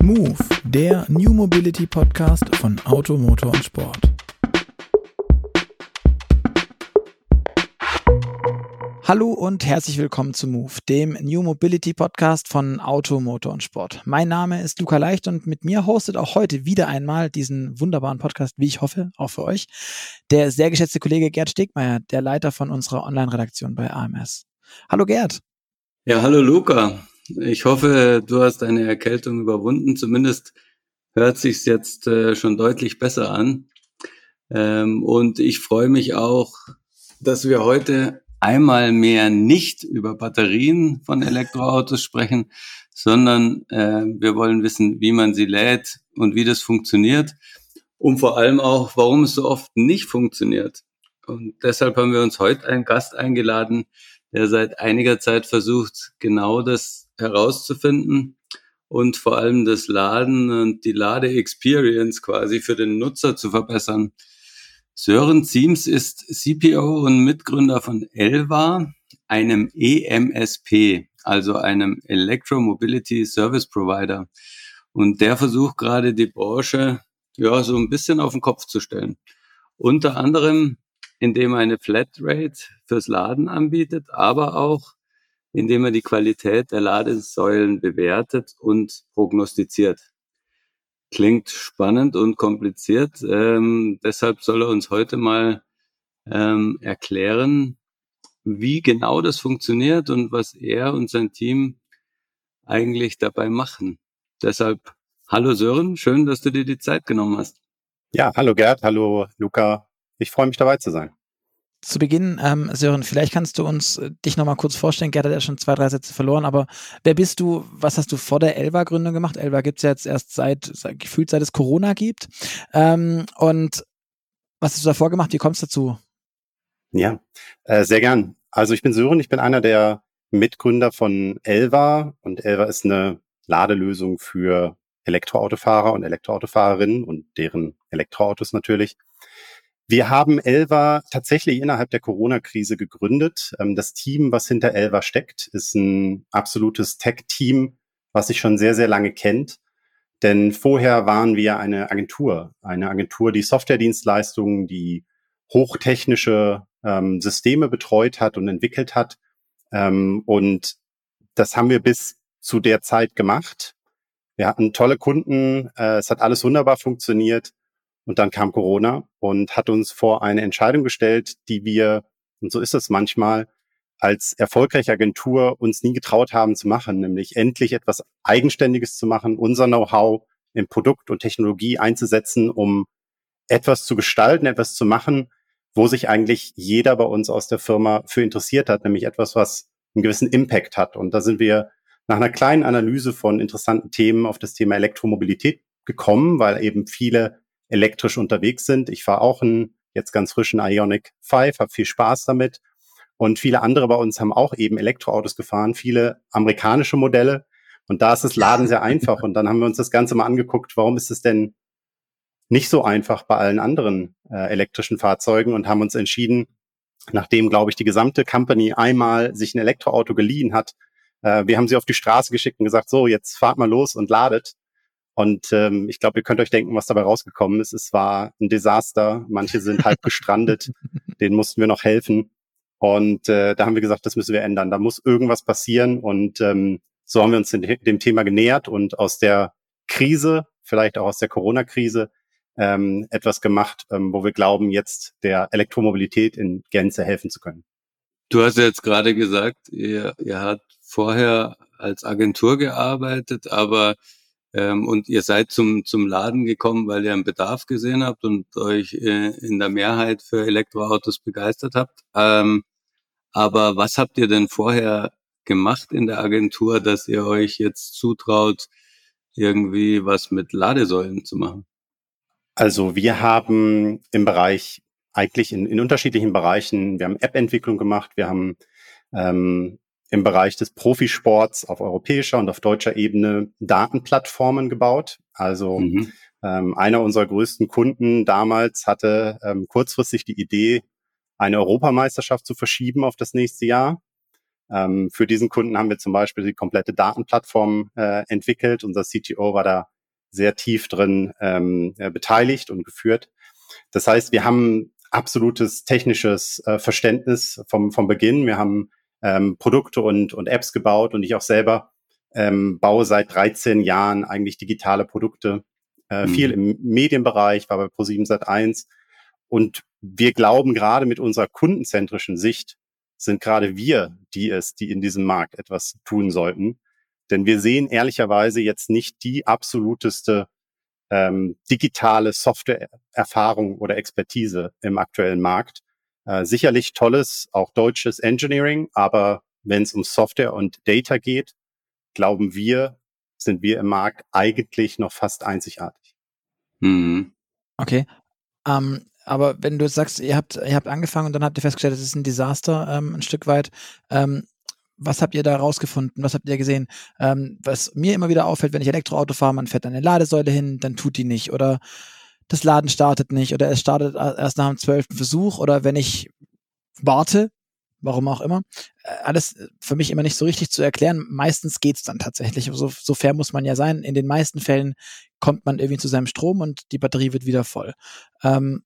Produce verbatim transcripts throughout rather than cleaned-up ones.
Move, der New Mobility Podcast von Auto, Motor und Sport. Hallo und herzlich willkommen zu Move, dem New Mobility Podcast von Auto, Motor und Sport. Mein Name ist Luca Leicht und mit mir hostet auch heute wieder einmal diesen wunderbaren Podcast, wie ich hoffe, auch für euch, der sehr geschätzte Kollege Gerd Stegmeier, der Leiter von unserer Online-Redaktion bei A M S. Hallo Gerd. Ja, hallo Luca. Ich hoffe, du hast deine Erkältung überwunden. Zumindest hört sich's jetzt äh, schon deutlich besser an. Ähm, und ich freue mich auch, dass wir heute einmal mehr nicht über Batterien von Elektroautos sprechen, sondern äh, wir wollen wissen, wie man sie lädt und wie das funktioniert und vor allem auch, warum es so oft nicht funktioniert. Und deshalb haben wir uns heute einen Gast eingeladen, der seit einiger Zeit versucht, genau das herauszufinden und vor allem das Laden und die Lade-Experience quasi für den Nutzer zu verbessern. Sören Ziems ist C P O und Mitgründer von Elva, einem E M S P, also einem Electromobility Service Provider. Und der versucht gerade die Branche ja so ein bisschen auf den Kopf zu stellen. Unter anderem, indem er eine Flatrate fürs Laden anbietet, aber auch indem er die Qualität der Ladesäulen bewertet und prognostiziert. Klingt spannend und kompliziert. Ähm, deshalb soll er uns heute mal ähm, erklären, wie genau das funktioniert und was er und sein Team eigentlich dabei machen. Deshalb, hallo Sören, schön, dass du dir die Zeit genommen hast. Ja, hallo Gerd, hallo Luca. Ich freue mich dabei zu sein. Zu Beginn, ähm, Sören, vielleicht kannst du uns äh, dich nochmal kurz vorstellen. Gerd hat ja schon zwei, drei Sätze verloren, aber wer bist du? Was hast du vor der Elva-Gründung gemacht? Elva gibt's ja jetzt erst seit, seit, gefühlt seit es Corona gibt. Ähm, und was hast du davor gemacht? Wie kommst du dazu? Ja, äh, sehr gern. Also ich bin Sören, ich bin einer der Mitgründer von Elva und Elva ist eine Ladelösung für Elektroautofahrer und Elektroautofahrerinnen und deren Elektroautos natürlich. Wir haben Elva tatsächlich innerhalb der Corona-Krise gegründet. Das Team, was hinter Elva steckt, ist ein absolutes Tech-Team, was sich schon sehr, sehr lange kennt. Denn vorher waren wir eine Agentur, eine Agentur, die Softwaredienstleistungen, die hochtechnische ähm, Systeme betreut hat und entwickelt hat. Ähm, und das haben wir bis zu der Zeit gemacht. Wir hatten tolle Kunden, äh, es hat alles wunderbar funktioniert. Und dann kam Corona und hat uns vor eine Entscheidung gestellt, die wir, und so ist es manchmal, als erfolgreiche Agentur uns nie getraut haben zu machen, nämlich endlich etwas Eigenständiges zu machen, unser Know-how in Produkt und Technologie einzusetzen, um etwas zu gestalten, etwas zu machen, wo sich eigentlich jeder bei uns aus der Firma für interessiert hat, nämlich etwas, was einen gewissen Impact hat. Und da sind wir nach einer kleinen Analyse von interessanten Themen auf das Thema Elektromobilität gekommen, weil eben viele elektrisch unterwegs sind. Ich fahre auch einen jetzt ganz frischen Ioniq fünf, habe viel Spaß damit. Und viele andere bei uns haben auch eben Elektroautos gefahren, viele amerikanische Modelle. Und da ist das Laden sehr einfach. Und dann haben wir uns das Ganze mal angeguckt, warum ist es denn nicht so einfach bei allen anderen äh, elektrischen Fahrzeugen und haben uns entschieden, nachdem, glaube ich, die gesamte Company einmal sich ein Elektroauto geliehen hat, äh, wir haben sie auf die Straße geschickt und gesagt, so, jetzt fahrt mal los und ladet. Und ähm, ich glaube, ihr könnt euch denken, was dabei rausgekommen ist. Es war ein Desaster. Manche sind halb gestrandet. Denen mussten wir noch helfen. Und äh, da haben wir gesagt, das müssen wir ändern. Da muss irgendwas passieren. Und ähm, so haben wir uns dem, dem Thema genähert und aus der Krise, vielleicht auch aus der Corona-Krise, ähm, etwas gemacht, ähm, wo wir glauben, jetzt der Elektromobilität in Gänze helfen zu können. Du hast ja jetzt gerade gesagt, ihr, ihr habt vorher als Agentur gearbeitet, aber ähm, und ihr seid zum zum Laden gekommen, weil ihr einen Bedarf gesehen habt und euch äh, in der Mehrheit für Elektroautos begeistert habt. Ähm, aber was habt ihr denn vorher gemacht in der Agentur, dass ihr euch jetzt zutraut, irgendwie was mit Ladesäulen zu machen? Also wir haben im Bereich, eigentlich in, in unterschiedlichen Bereichen, wir haben App-Entwicklung gemacht, wir haben ähm, im Bereich des Profisports auf europäischer und auf deutscher Ebene Datenplattformen gebaut. Also mhm. ähm, einer unserer größten Kunden damals hatte ähm, kurzfristig die Idee, eine Europameisterschaft zu verschieben auf das nächste Jahr. Ähm, für diesen Kunden haben wir zum Beispiel die komplette Datenplattform äh, entwickelt. Unser C T O war da sehr tief drin ähm, beteiligt und geführt. Das heißt, wir haben absolutes technisches äh, Verständnis vom, vom Beginn. Wir haben ähm, Produkte und, und Apps gebaut und ich auch selber ähm, baue seit dreizehn Jahren eigentlich digitale Produkte, äh, mhm. viel im Medienbereich, war bei ProSieben Sat eins. Und wir glauben, gerade mit unserer kundenzentrischen Sicht sind gerade wir die es, die in diesem Markt etwas tun sollten. Denn wir sehen ehrlicherweise jetzt nicht die absoluteste ähm, digitale Software-Erfahrung oder Expertise im aktuellen Markt. Äh, sicherlich tolles, auch deutsches Engineering, aber wenn es um Software und Data geht, glauben wir, sind wir im Markt eigentlich noch fast einzigartig. Mhm. Okay. Ähm, aber wenn du sagst, ihr habt, ihr habt angefangen und dann habt ihr festgestellt, es ist ein Desaster, ähm, ein Stück weit. Ähm, was habt ihr da rausgefunden? Was habt ihr gesehen? Ähm, was mir immer wieder auffällt, wenn ich Elektroauto fahre, man fährt eine Ladesäule hin, dann tut die nicht. Oder das Laden startet nicht. Oder es startet erst nach dem zwölften Versuch. Oder wenn ich warte, warum auch immer. Alles für mich immer nicht so richtig zu erklären. Meistens geht's dann tatsächlich. So, so fair muss man ja sein. In den meisten Fällen kommt man irgendwie zu seinem Strom und die Batterie wird wieder voll. Ähm,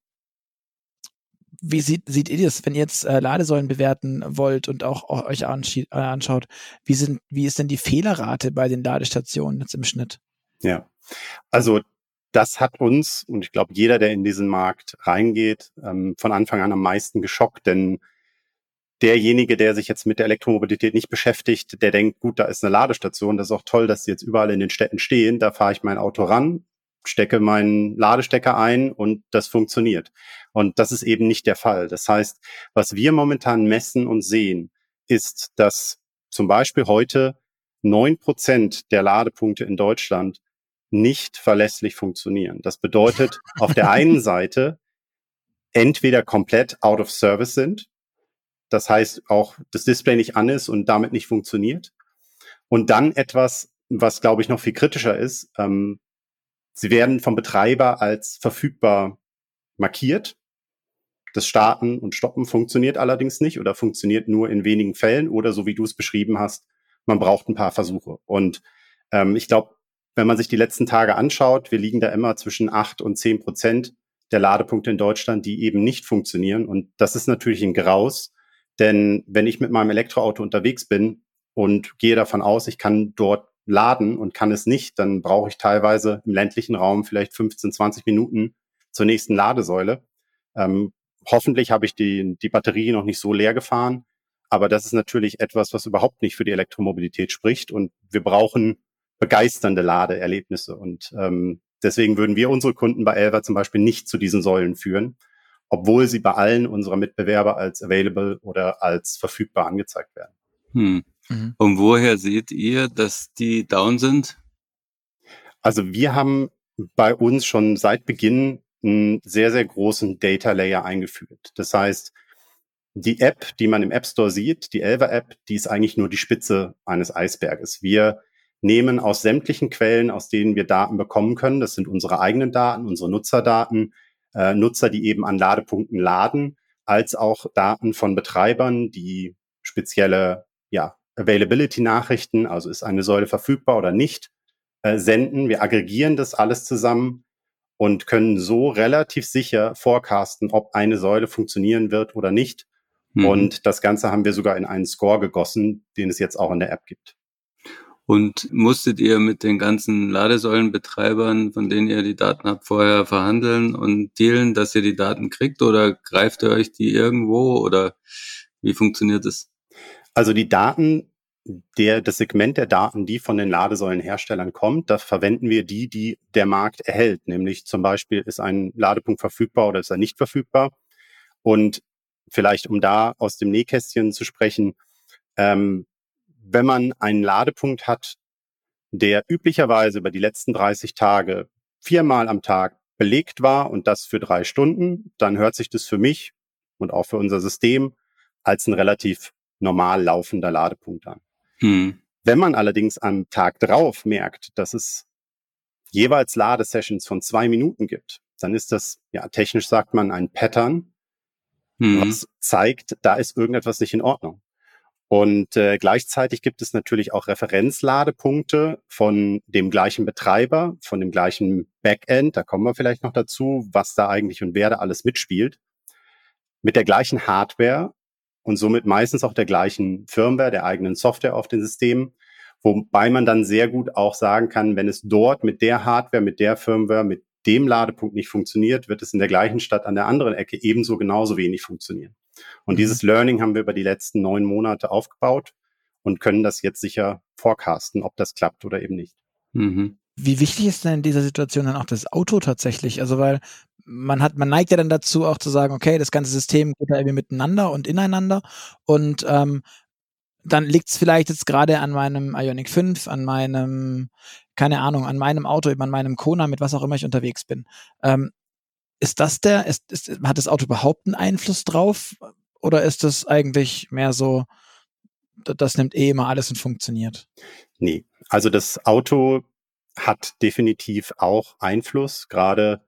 wie sieht, seht ihr das, wenn ihr jetzt äh, Ladesäulen bewerten wollt und auch, auch euch anschi- äh, anschaut? Wie, sind, wie ist denn die Fehlerrate bei den Ladestationen jetzt im Schnitt? Ja, also das hat uns, und ich glaube, jeder, der in diesen Markt reingeht, ähm, von Anfang an am meisten geschockt, denn derjenige, der sich jetzt mit der Elektromobilität nicht beschäftigt, der denkt, gut, da ist eine Ladestation, das ist auch toll, dass die jetzt überall in den Städten stehen, da fahre ich mein Auto ran, stecke meinen Ladestecker ein und das funktioniert. Und das ist eben nicht der Fall. Das heißt, was wir momentan messen und sehen, ist, dass zum Beispiel heute neun Prozent der Ladepunkte in Deutschland nicht verlässlich funktionieren. Das bedeutet, auf der einen Seite entweder komplett out of service sind, das heißt auch das Display nicht an ist und damit nicht funktioniert. Und dann etwas, was glaube ich noch viel kritischer ist, ähm, sie werden vom Betreiber als verfügbar markiert. Das Starten und Stoppen funktioniert allerdings nicht oder funktioniert nur in wenigen Fällen oder so wie du es beschrieben hast, man braucht ein paar Versuche. Und ähm, ich glaube, wenn man sich die letzten Tage anschaut, wir liegen da immer zwischen acht und zehn Prozent der Ladepunkte in Deutschland, die eben nicht funktionieren. Und das ist natürlich ein Graus, denn wenn ich mit meinem Elektroauto unterwegs bin und gehe davon aus, ich kann dort laden und kann es nicht, dann brauche ich teilweise im ländlichen Raum vielleicht fünfzehn, zwanzig Minuten zur nächsten Ladesäule. Ähm, hoffentlich habe ich die, die Batterie noch nicht so leer gefahren, aber das ist natürlich etwas, was überhaupt nicht für die Elektromobilität spricht und wir brauchen begeisternde Ladeerlebnisse und ähm, deswegen würden wir unsere Kunden bei Elva zum Beispiel nicht zu diesen Säulen führen, obwohl sie bei allen unserer Mitbewerber als available oder als verfügbar angezeigt werden. Hm. Mhm. Und woher seht ihr, dass die down sind? Also wir haben bei uns schon seit Beginn einen sehr, sehr großen Data Layer eingeführt. Das heißt, die App, die man im App Store sieht, die Elva App, die ist eigentlich nur die Spitze eines Eisberges. Wir nehmen aus sämtlichen Quellen, aus denen wir Daten bekommen können, das sind unsere eigenen Daten, unsere Nutzerdaten, äh, Nutzer, die eben an Ladepunkten laden, als auch Daten von Betreibern, die spezielle ja, Availability-Nachrichten, also ist eine Säule verfügbar oder nicht, äh, senden. Wir aggregieren das alles zusammen und können so relativ sicher forecasten, ob eine Säule funktionieren wird oder nicht. Mhm. Und das Ganze haben wir sogar in einen Score gegossen, den es jetzt auch in der App gibt. Und musstet ihr mit den ganzen Ladesäulenbetreibern, von denen ihr die Daten habt, vorher verhandeln und dealen, dass ihr die Daten kriegt? Oder greift ihr euch die irgendwo? Oder wie funktioniert das? Also die Daten, der, das Segment der Daten, die von den Ladesäulenherstellern kommt, da verwenden wir die, die der Markt erhält. Nämlich zum Beispiel, ist ein Ladepunkt verfügbar oder ist er nicht verfügbar? Und vielleicht, um da aus dem Nähkästchen zu sprechen, ähm, wenn man einen Ladepunkt hat, der üblicherweise über die letzten dreißig Tage viermal am Tag belegt war und das für drei Stunden, dann hört sich das für mich und auch für unser System als ein relativ normal laufender Ladepunkt an. Hm. Wenn man allerdings am Tag drauf merkt, dass es jeweils Ladesessions von zwei Minuten gibt, dann ist das, ja, technisch sagt man ein Pattern, hm. was zeigt, da ist irgendetwas nicht in Ordnung. Und äh, gleichzeitig gibt es natürlich auch Referenzladepunkte von dem gleichen Betreiber, von dem gleichen Backend, da kommen wir vielleicht noch dazu, was da eigentlich und wer da alles mitspielt, mit der gleichen Hardware und somit meistens auch der gleichen Firmware, der eigenen Software auf den Systemen, wobei man dann sehr gut auch sagen kann, wenn es dort mit der Hardware, mit der Firmware, mit dem Ladepunkt nicht funktioniert, wird es in der gleichen Stadt an der anderen Ecke ebenso genauso wenig funktionieren. Und mhm. dieses Learning haben wir über die letzten neun Monate aufgebaut und können das jetzt sicher forecasten, ob das klappt oder eben nicht. Mhm. Wie wichtig ist denn in dieser Situation dann auch das Auto tatsächlich? Also weil man hat, man neigt ja dann dazu auch zu sagen, okay, das ganze System geht da irgendwie miteinander und ineinander und ähm, dann liegt es vielleicht jetzt gerade an meinem Ioniq fünf, an meinem, keine Ahnung, an meinem Auto, eben an meinem Kona, mit was auch immer ich unterwegs bin. Ähm, ist das der, ist, ist, hat das Auto überhaupt einen Einfluss drauf? Oder ist das eigentlich mehr so, das nimmt eh immer alles und funktioniert? Nee, also das Auto hat definitiv auch Einfluss, gerade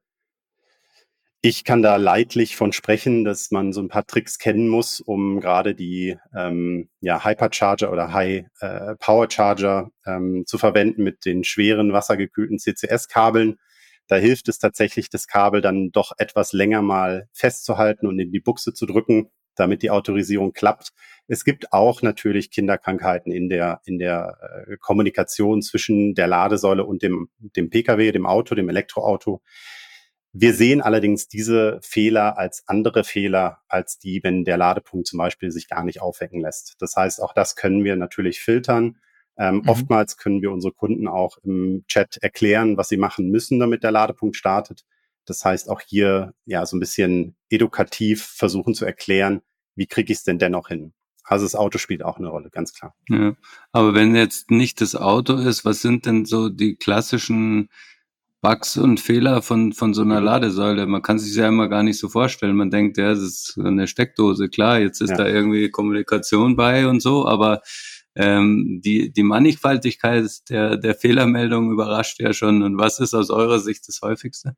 ich kann da leidlich von sprechen, dass man so ein paar Tricks kennen muss, um gerade die ähm, ja, Hypercharger oder High äh, Power Charger ähm, zu verwenden mit den schweren wassergekühlten C C S-Kabeln. Da hilft es tatsächlich, das Kabel dann doch etwas länger mal festzuhalten und in die Buchse zu drücken, damit die Autorisierung klappt. Es gibt auch natürlich Kinderkrankheiten in der in der äh, Kommunikation zwischen der Ladesäule und dem dem P K W, dem Auto, dem Elektroauto. Wir sehen allerdings diese Fehler als andere Fehler, als die, wenn der Ladepunkt zum Beispiel sich gar nicht aufwecken lässt. Das heißt, auch das können wir natürlich filtern. Ähm, mhm. Oftmals können wir unsere Kunden auch im Chat erklären, was sie machen müssen, damit der Ladepunkt startet. Das heißt, auch hier ja so ein bisschen edukativ versuchen zu erklären, wie kriege ich es denn dennoch hin? Also das Auto spielt auch eine Rolle, ganz klar. Ja, aber wenn jetzt nicht das Auto ist, was sind denn so die klassischen Bugs und Fehler von von so einer Ladesäule? Man kann sich ja immer gar nicht so vorstellen. Man denkt, ja, das ist eine Steckdose. Klar, jetzt ist ja da irgendwie Kommunikation bei und so, aber ähm, die die Mannigfaltigkeit der der Fehlermeldung überrascht ja schon. Und was ist aus eurer Sicht das häufigste?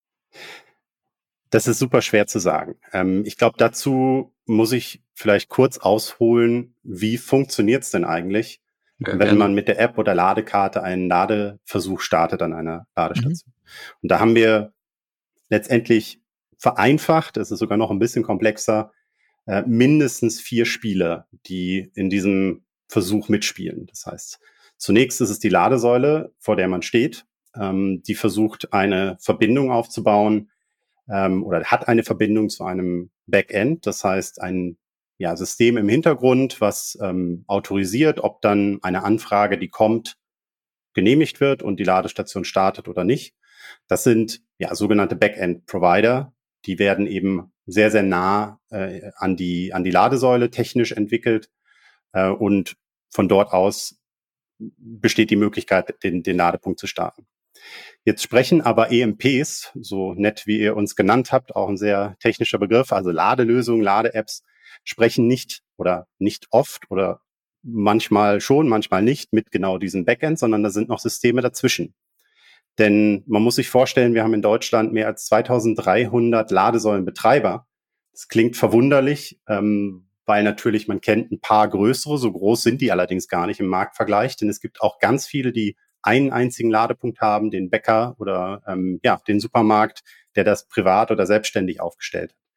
Das ist super schwer zu sagen. Ähm, ich glaube, dazu muss ich vielleicht kurz ausholen, wie funktioniert's denn eigentlich, ja, wenn gerne. man mit der App oder Ladekarte einen Ladeversuch startet an einer Ladestation. Mhm. Und da haben wir letztendlich vereinfacht, es ist sogar noch ein bisschen komplexer, äh, mindestens vier Spieler, die in diesem Versuch mitspielen. Das heißt, zunächst ist es die Ladesäule, vor der man steht, ähm, die versucht, eine Verbindung aufzubauen, ähm, oder hat eine Verbindung zu einem Backend, das heißt ein ja, System im Hintergrund, was ähm, autorisiert, ob dann eine Anfrage, die kommt, genehmigt wird und die Ladestation startet oder nicht. Das sind ja sogenannte Backend-Provider, die werden eben sehr, sehr nah äh, an die an die Ladesäule technisch entwickelt äh, und von dort aus besteht die Möglichkeit, den, den Ladepunkt zu starten. Jetzt sprechen aber E M Ps, so nett wie ihr uns genannt habt, auch ein sehr technischer Begriff, also Ladelösungen, Lade-Apps, sprechen nicht oder nicht oft oder manchmal schon, manchmal nicht mit genau diesem Backend, sondern da sind noch Systeme dazwischen. Denn man muss sich vorstellen, wir haben in Deutschland mehr als zweitausenddreihundert Ladesäulenbetreiber. Das klingt verwunderlich, ähm, weil natürlich man kennt ein paar größere, so groß sind die allerdings gar nicht im Marktvergleich, denn es gibt auch ganz viele, die einen einzigen Ladepunkt haben, den Bäcker oder ähm, ja den Supermarkt, der das privat oder selbstständig aufgestellt hat.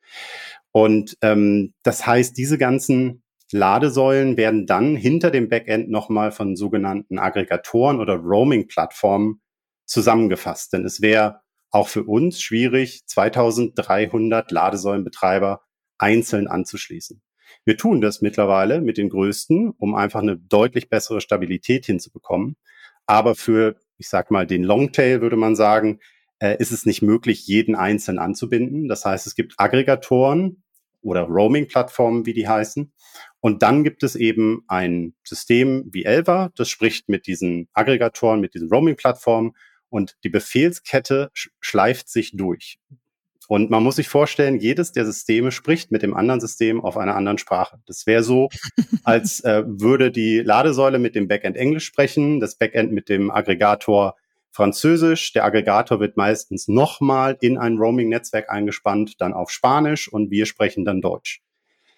Und ähm, das heißt, diese ganzen Ladesäulen werden dann hinter dem Backend nochmal von sogenannten Aggregatoren oder Roaming-Plattformen zusammengefasst. Denn es wäre auch für uns schwierig, zweitausenddreihundert Ladesäulenbetreiber einzeln anzuschließen. Wir tun das mittlerweile mit den größten, um einfach eine deutlich bessere Stabilität hinzubekommen. Aber für, ich sag mal, den Longtail würde man sagen, äh, ist es nicht möglich, jeden einzeln anzubinden. Das heißt, es gibt Aggregatoren oder Roaming-Plattformen, wie die heißen. Und dann gibt es eben ein System wie Elva, das spricht mit diesen Aggregatoren, mit diesen Roaming-Plattformen und die Befehlskette sch- schleift sich durch. Und man muss sich vorstellen, jedes der Systeme spricht mit dem anderen System auf einer anderen Sprache. Das wäre so, als äh, würde die Ladesäule mit dem Backend Englisch sprechen, das Backend mit dem Aggregator Französisch. Der Aggregator wird meistens nochmal in ein Roaming-Netzwerk eingespannt, dann auf Spanisch und wir sprechen dann Deutsch.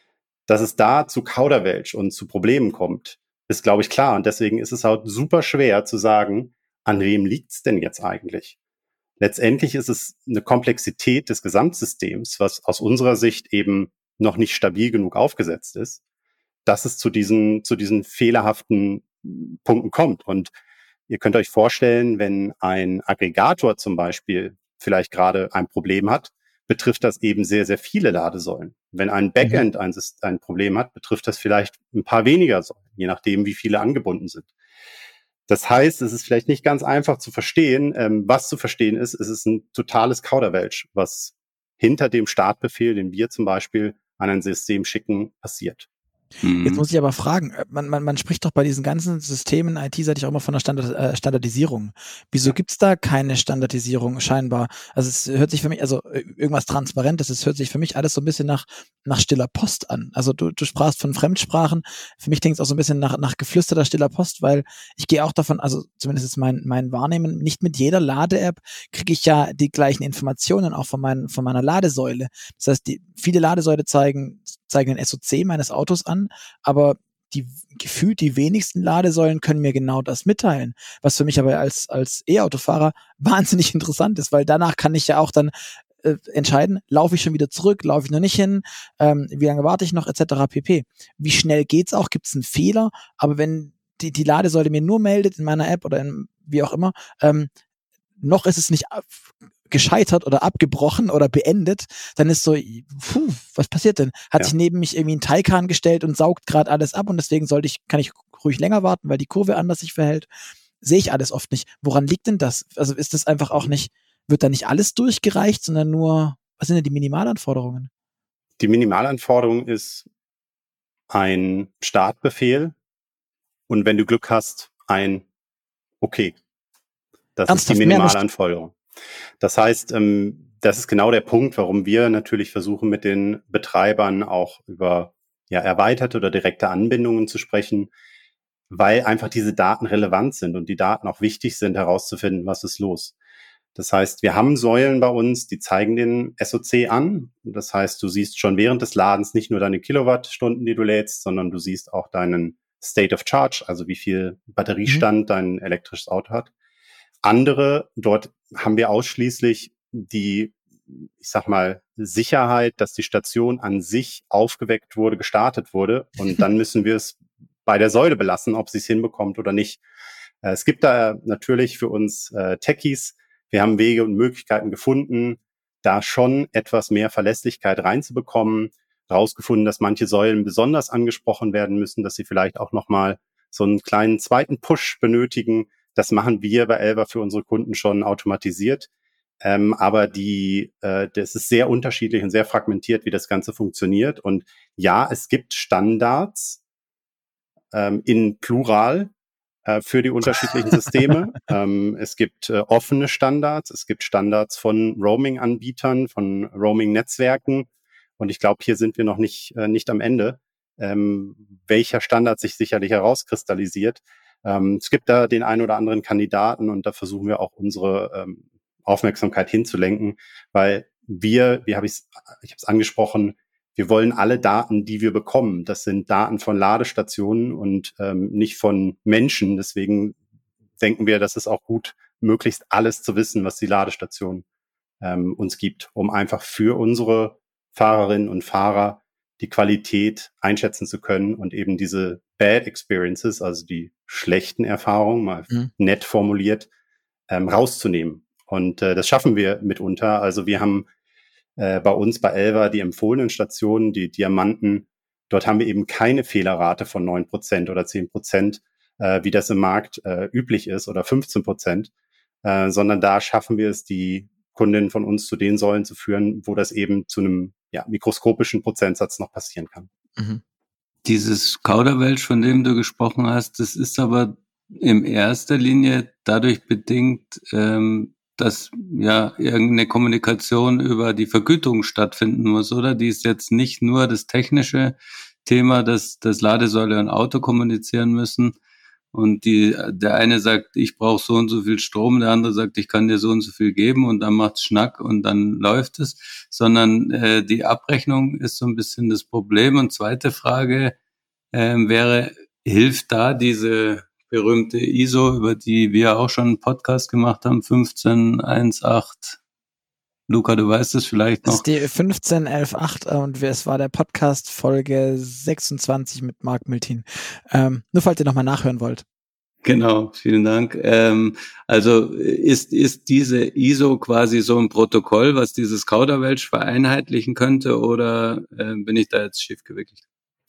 Dass es da zu Kauderwelsch und zu Problemen kommt, ist, glaube ich, klar. Und deswegen ist es halt super schwer zu sagen, an wem liegt's denn jetzt eigentlich? Letztendlich ist es eine Komplexität des Gesamtsystems, was aus unserer Sicht eben noch nicht stabil genug aufgesetzt ist, dass es zu diesen, zu diesen fehlerhaften Punkten kommt. Und ihr könnt euch vorstellen, wenn ein Aggregator zum Beispiel vielleicht gerade ein Problem hat, betrifft das eben sehr, sehr viele Ladesäulen. Wenn ein Backend mhm. ein, ein Problem hat, betrifft das vielleicht ein paar weniger Säulen, je nachdem, wie viele angebunden sind. Das heißt, es ist vielleicht nicht ganz einfach zu verstehen. Ähm, was zu verstehen ist, es ist ein totales Kauderwelsch, was hinter dem Startbefehl, den wir zum Beispiel an ein System schicken, passiert. Jetzt muss ich aber fragen, man, man, man spricht doch bei diesen ganzen Systemen I T-seitig auch immer von der Standard, äh, Standardisierung. Wieso ja. gibt's da keine Standardisierung scheinbar? Also es hört sich für mich, also irgendwas Transparentes, es hört sich für mich alles so ein bisschen nach nach stiller Post an. Also du, du sprachst von Fremdsprachen, für mich klingt es auch so ein bisschen nach nach geflüsterter stiller Post, weil ich gehe auch davon, also zumindest ist mein mein Wahrnehmen, nicht mit jeder Lade-App kriege ich ja die gleichen Informationen auch von, mein, von meiner Ladesäule. Das heißt, die viele Ladesäule zeigen zeigen den S O C meines Autos an, aber die gefühlt die wenigsten Ladesäulen können mir genau das mitteilen, was für mich aber als als E-Autofahrer wahnsinnig interessant ist, weil danach kann ich ja auch dann äh, entscheiden, laufe ich schon wieder zurück, laufe ich noch nicht hin, ähm, wie lange warte ich noch, et cetera pp. Wie schnell geht's auch, gibt's einen Fehler, aber wenn die die Ladesäule mir nur meldet in meiner App oder in, wie auch immer, ähm, noch ist es nicht gescheitert oder abgebrochen oder beendet, dann ist so, puh, was passiert denn? Hat ja. sich neben mich irgendwie ein Taycan gestellt und saugt gerade alles ab und deswegen sollte ich, kann ich ruhig länger warten, weil die Kurve anders sich verhält. Sehe ich alles oft nicht. Woran liegt denn das? Also ist das einfach auch nicht, wird da nicht alles durchgereicht, sondern nur, was sind denn die Minimalanforderungen? Die Minimalanforderung ist ein Startbefehl und wenn du Glück hast, ein Okay. Das Ernsthaft? Ist die Minimalanforderung. Das heißt, ähm, das ist genau der Punkt, warum wir natürlich versuchen, mit den Betreibern auch über ja, erweiterte oder direkte Anbindungen zu sprechen, weil einfach diese Daten relevant sind und die Daten auch wichtig sind, herauszufinden, was ist los. Das heißt, wir haben Säulen bei uns, die zeigen den S O C an. Das heißt, du siehst schon während des Ladens nicht nur deine Kilowattstunden, die du lädst, sondern du siehst auch deinen State of Charge, also wie viel Batteriestand mhm. dein elektrisches Auto hat. Andere, dort haben wir ausschließlich die, ich sag mal, Sicherheit, dass die Station an sich aufgeweckt wurde, gestartet wurde. Und dann müssen wir es bei der Säule belassen, ob sie es hinbekommt oder nicht. Äh, es gibt da natürlich für uns äh, Techies, wir haben Wege und Möglichkeiten gefunden, da schon etwas mehr Verlässlichkeit reinzubekommen. Rausgefunden, dass manche Säulen besonders angesprochen werden müssen, dass sie vielleicht auch nochmal so einen kleinen zweiten Push benötigen. Das machen wir bei Elva für unsere Kunden schon automatisiert. Ähm, aber die, äh, das ist sehr unterschiedlich und sehr fragmentiert, wie das Ganze funktioniert. Und ja, es gibt Standards ähm, in Plural äh, für die unterschiedlichen Systeme. ähm, es gibt äh, offene Standards. Es gibt Standards von Roaming-Anbietern, von Roaming-Netzwerken. Und ich glaube, hier sind wir noch nicht, äh, nicht am Ende, ähm, welcher Standard sich sicherlich herauskristallisiert. Ähm, es gibt da den einen oder anderen Kandidaten und da versuchen wir auch unsere ähm, Aufmerksamkeit hinzulenken, weil wir, wie habe ich ich habe es angesprochen, wir wollen alle Daten, die wir bekommen. Das sind Daten von Ladestationen und ähm, nicht von Menschen. Deswegen denken wir, dass es auch gut, möglichst alles zu wissen, was die Ladestation ähm, uns gibt, um einfach für unsere Fahrerinnen und Fahrer die Qualität einschätzen zu können und eben diese Bad Experiences, also die schlechten Erfahrungen, mal mhm. nett formuliert, ähm, rauszunehmen. Und äh, das schaffen wir mitunter. Also wir haben äh, bei uns bei Elva die empfohlenen Stationen, die Diamanten, dort haben wir eben keine Fehlerrate von neun Prozent oder zehn Prozent, äh, wie das im Markt äh, üblich ist, oder fünfzehn Prozent, äh, sondern da schaffen wir es, die Kundinnen von uns zu den Säulen zu führen, wo das eben zu einem ja, mikroskopischen Prozentsatz noch passieren kann. Mhm. Dieses Kauderwelsch, von dem du gesprochen hast, das ist aber in erster Linie dadurch bedingt, ähm, dass ja irgendeine Kommunikation über die Vergütung stattfinden muss, oder? Die ist jetzt nicht nur das technische Thema, dass das Ladesäule und Auto kommunizieren müssen, und die, der eine sagt, ich brauche so und so viel Strom, der andere sagt, ich kann dir so und so viel geben und dann macht's Schnack und dann läuft es, sondern äh, die Abrechnung ist so ein bisschen das Problem. Und zweite Frage äh, wäre, hilft da diese berühmte I S O, über die wir auch schon einen Podcast gemacht haben, fünfzehn eins acht? Luca, du weißt es vielleicht noch. Das ist die fünfzehn elf acht und es war der Podcast Folge sechsundzwanzig mit Marc Miltin. Ähm, nur falls ihr nochmal nachhören wollt. Genau, vielen Dank. Ähm, also ist, ist diese I S O quasi so ein Protokoll, was dieses Kauderwelsch vereinheitlichen könnte, oder äh, bin ich da jetzt schief gewickelt?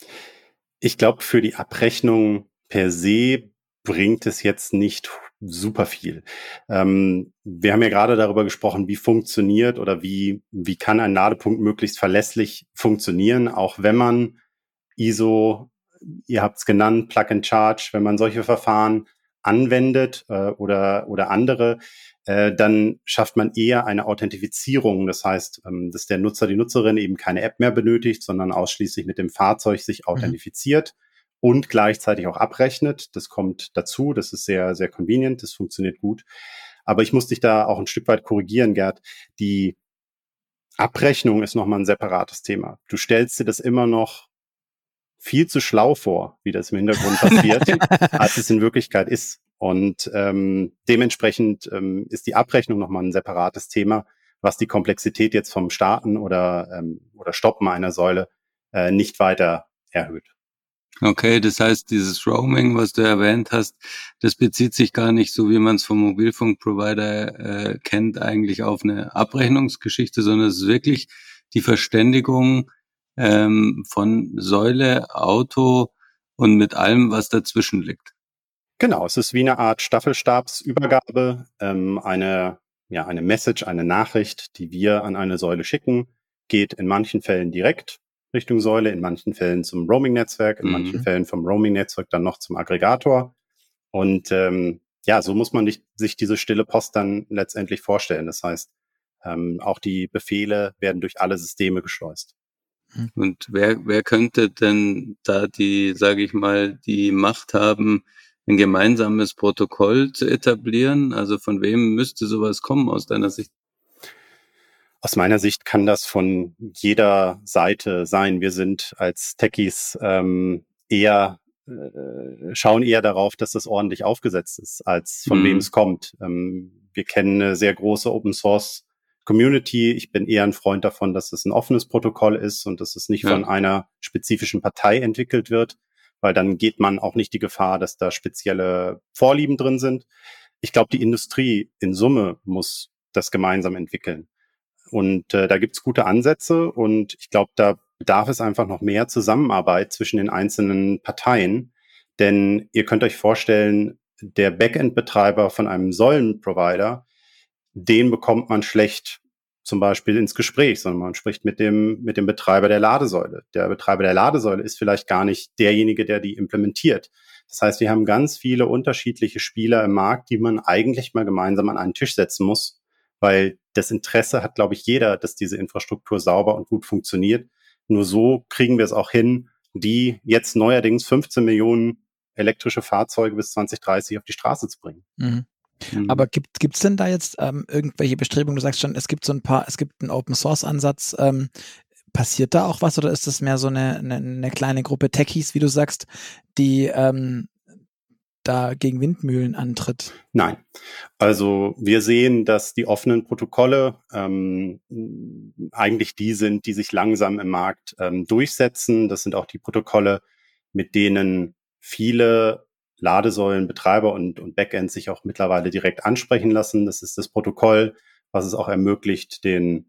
Ich glaube, für die Abrechnung per se bringt es jetzt nicht super viel. Ähm, wir haben ja gerade darüber gesprochen, wie funktioniert oder wie, wie kann ein Ladepunkt möglichst verlässlich funktionieren, auch wenn man I S O, ihr habt es genannt, Plug and Charge, wenn man solche Verfahren anwendet äh, oder, oder andere, äh, dann schafft man eher eine Authentifizierung. Das heißt, ähm, dass der Nutzer, die Nutzerin eben keine App mehr benötigt, sondern ausschließlich mit dem Fahrzeug sich authentifiziert mhm. und gleichzeitig auch abrechnet. Das kommt dazu. Das ist sehr, sehr convenient. Das funktioniert gut. Aber ich muss dich da auch ein Stück weit korrigieren, Gerd. Die Abrechnung ist nochmal ein separates Thema. Du stellst dir das immer noch viel zu schlau vor, wie das im Hintergrund passiert, als es in Wirklichkeit ist. Und ähm, dementsprechend ähm, ist die Abrechnung nochmal ein separates Thema, was die Komplexität jetzt vom Starten oder ähm, oder Stoppen einer Säule äh, nicht weiter erhöht. Okay, das heißt, dieses Roaming, was du erwähnt hast, das bezieht sich gar nicht, so wie man es vom Mobilfunkprovider äh, kennt, eigentlich auf eine Abrechnungsgeschichte, sondern es ist wirklich die Verständigung ähm, von Säule, Auto und mit allem, was dazwischen liegt. Genau, es ist wie eine Art Staffelstabsübergabe, ähm, eine, ja, eine Message, eine Nachricht, die wir an eine Säule schicken, geht in manchen Fällen direkt Richtung Säule, in manchen Fällen zum Roaming-Netzwerk, in mhm. manchen Fällen vom Roaming-Netzwerk dann noch zum Aggregator. Und ähm, ja, so muss man nicht, sich diese stille Post dann letztendlich vorstellen. Das heißt, ähm, auch die Befehle werden durch alle Systeme geschleust. Und wer, wer könnte denn da die, sage ich mal, die Macht haben, ein gemeinsames Protokoll zu etablieren? Also von wem müsste sowas kommen aus deiner Sicht? Aus meiner Sicht kann das von jeder Seite sein. Wir sind als Techies ähm, eher, äh, schauen eher darauf, dass das ordentlich aufgesetzt ist, als von mhm. wem es kommt. Ähm, wir kennen eine sehr große Open-Source-Community. Ich bin eher ein Freund davon, dass es ein offenes Protokoll ist und dass es nicht ja. von einer spezifischen Partei entwickelt wird, weil dann geht man auch nicht die Gefahr, dass da spezielle Vorlieben drin sind. Ich glaube, die Industrie in Summe muss das gemeinsam entwickeln. Und äh, da gibt's gute Ansätze und ich glaube, da bedarf es einfach noch mehr Zusammenarbeit zwischen den einzelnen Parteien. Denn ihr könnt euch vorstellen, der Backend-Betreiber von einem Säulenprovider, den bekommt man schlecht zum Beispiel ins Gespräch, sondern man spricht mit dem, mit dem Betreiber der Ladesäule. Der Betreiber der Ladesäule ist vielleicht gar nicht derjenige, der die implementiert. Das heißt, wir haben ganz viele unterschiedliche Spieler im Markt, die man eigentlich mal gemeinsam an einen Tisch setzen muss, weil das Interesse hat, glaube ich, jeder, dass diese Infrastruktur sauber und gut funktioniert. Nur so kriegen wir es auch hin, die jetzt neuerdings fünfzehn Millionen elektrische Fahrzeuge bis zwanzig dreißig auf die Straße zu bringen. Mhm. Mhm. Aber gibt gibt's denn da jetzt ähm, irgendwelche Bestrebungen? Du sagst schon, es gibt so ein paar, es gibt einen Open-Source-Ansatz. Ähm, passiert da auch was oder ist das mehr so eine, eine, eine kleine Gruppe Techies, wie du sagst, die ähm, da gegen Windmühlen antritt? Nein. Also wir sehen, dass die offenen Protokolle ähm, eigentlich die sind, die sich langsam im Markt ähm, durchsetzen. Das sind auch die Protokolle, mit denen viele Ladesäulenbetreiber und, und Backends sich auch mittlerweile direkt ansprechen lassen. Das ist das Protokoll, was es auch ermöglicht, den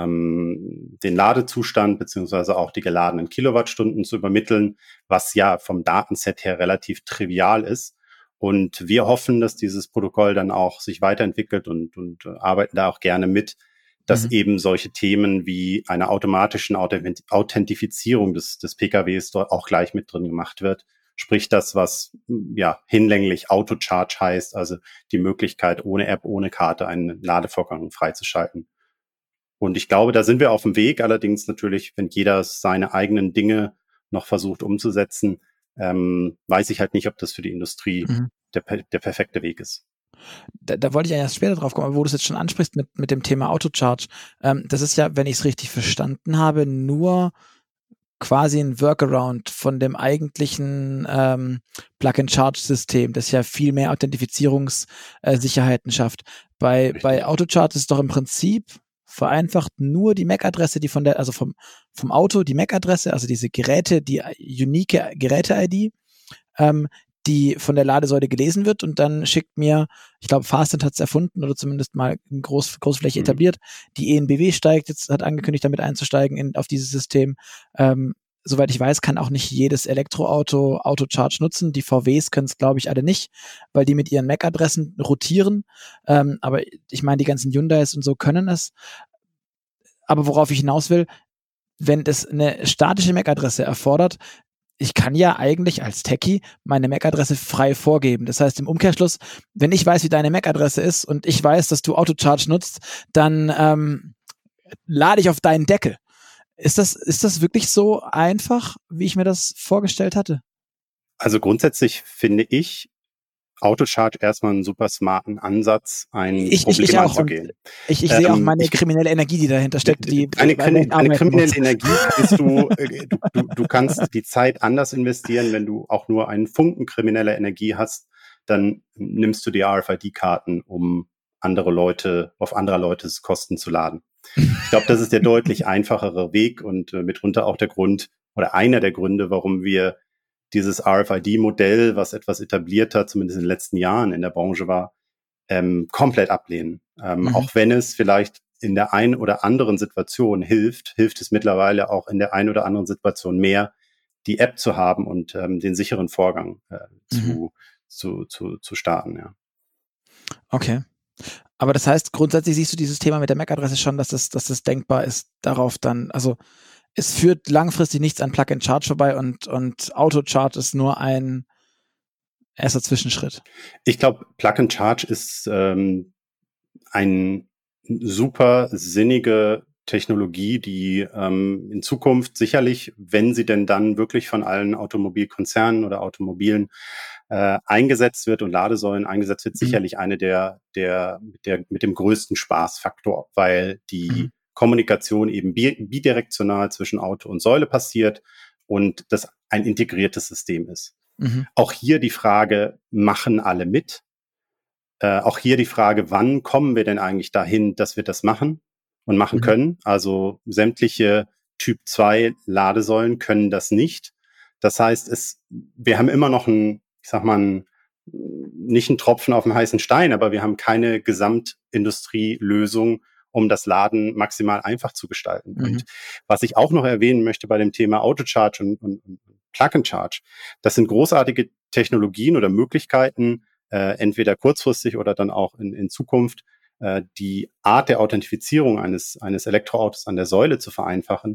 ähm, den Ladezustand beziehungsweise auch die geladenen Kilowattstunden zu übermitteln, was ja vom Datenset her relativ trivial ist. Und wir hoffen, dass dieses Protokoll dann auch sich weiterentwickelt und, und arbeiten da auch gerne mit, dass mhm. eben solche Themen wie einer automatischen Authentifizierung des, des P K Ws dort auch gleich mit drin gemacht wird. Sprich das, was ja hinlänglich Auto-Charge heißt, also die Möglichkeit, ohne App, ohne Karte einen Ladevorgang freizuschalten. Und ich glaube, da sind wir auf dem Weg. Allerdings natürlich, wenn jeder seine eigenen Dinge noch versucht umzusetzen, ähm, weiß ich halt nicht, ob das für die Industrie mhm. der, der perfekte Weg ist. Da, da wollte ich ja erst später drauf kommen, aber wo du es jetzt schon ansprichst mit, mit dem Thema Autocharge, ähm, das ist ja, wenn ich es richtig verstanden habe, nur quasi ein Workaround von dem eigentlichen ähm, Plug-and-Charge-System, das ja viel mehr Authentifizierungssicherheiten äh, schafft. Bei, bei Autocharge ist doch im Prinzip vereinfacht nur die M A C Adresse, die von der, also vom, vom Auto, die M A C Adresse, also diese Geräte, die unique Geräte-I D, ähm, die von der Ladesäule gelesen wird und dann schickt mir, ich glaube, Fastnet hat es erfunden oder zumindest mal in Groß, Großfläche mhm. etabliert, die E N B W steigt, jetzt hat angekündigt, damit einzusteigen in, auf dieses System. Ähm, soweit ich weiß, kann auch nicht jedes Elektroauto Autocharge nutzen. Die V Ws können es, glaube ich, alle nicht, weil die mit ihren M A C-Adressen rotieren. Ähm, aber ich meine, die ganzen Hyundais und so können es. Aber worauf ich hinaus will, wenn das eine statische M A C-Adresse erfordert, ich kann ja eigentlich als Techie meine M A C-Adresse frei vorgeben. Das heißt, im Umkehrschluss, wenn ich weiß, wie deine M A C-Adresse ist und ich weiß, dass du Autocharge nutzt, dann ähm, lade ich auf deinen Deckel. Ist das, ist das wirklich so einfach, wie ich mir das vorgestellt hatte? Also grundsätzlich finde ich Autocharge erstmal einen super smarten Ansatz, ein ich, Problem ich, ich auch. anzugehen. Ich, ich ähm, sehe auch meine ich, kriminelle Energie, die dahinter steckt. Die, eine, die eine, eine kriminelle Energie kannst du, du, du, du kannst die Zeit anders investieren, wenn du auch nur einen Funken krimineller Energie hast, dann nimmst du die R F I D-Karten, um andere Leute, auf anderer Leutes Kosten zu laden. Ich glaube, das ist der deutlich einfachere Weg und äh, mitunter auch der Grund oder einer der Gründe, warum wir dieses R F I D-Modell, was etwas etablierter, zumindest in den letzten Jahren in der Branche war, ähm, komplett ablehnen. Ähm, mhm. Auch wenn es vielleicht in der einen oder anderen Situation hilft, hilft es mittlerweile auch in der einen oder anderen Situation mehr, die App zu haben und ähm, den sicheren Vorgang äh, mhm. zu, zu, zu, zu starten. Ja. Okay. Aber das heißt, grundsätzlich siehst du dieses Thema mit der M A C-Adresse schon, dass das, dass das denkbar ist, darauf dann, also es führt langfristig nichts an Plug-and-Charge vorbei und, und Autocharge ist nur ein erster Zwischenschritt. Ich glaube, Plug-and-Charge ist ähm, ein super sinnige Technologie, die ähm, in Zukunft sicherlich, wenn sie denn dann wirklich von allen Automobilkonzernen oder Automobilen äh, eingesetzt wird und Ladesäulen eingesetzt wird, mhm. sicherlich eine der, der, der mit dem größten Spaßfaktor, weil die mhm. Kommunikation eben bidirektional zwischen Auto und Säule passiert und das ein integriertes System ist. Mhm. Auch hier die Frage, machen alle mit? Äh, auch hier die Frage, wann kommen wir denn eigentlich dahin, dass wir das machen und machen mhm. können? Also sämtliche Typ zwei Ladesäulen können das nicht. Das heißt, es, wir haben immer noch ein, ich sag mal, ein, nicht ein Tropfen auf dem heißen Stein, aber wir haben keine Gesamtindustrielösung, um das Laden maximal einfach zu gestalten. Mhm. Und was ich auch noch erwähnen möchte bei dem Thema Autocharge und, und, und Plug-and-Charge, das sind großartige Technologien oder Möglichkeiten, äh, entweder kurzfristig oder dann auch in, in Zukunft, äh, die Art der Authentifizierung eines, eines Elektroautos an der Säule zu vereinfachen.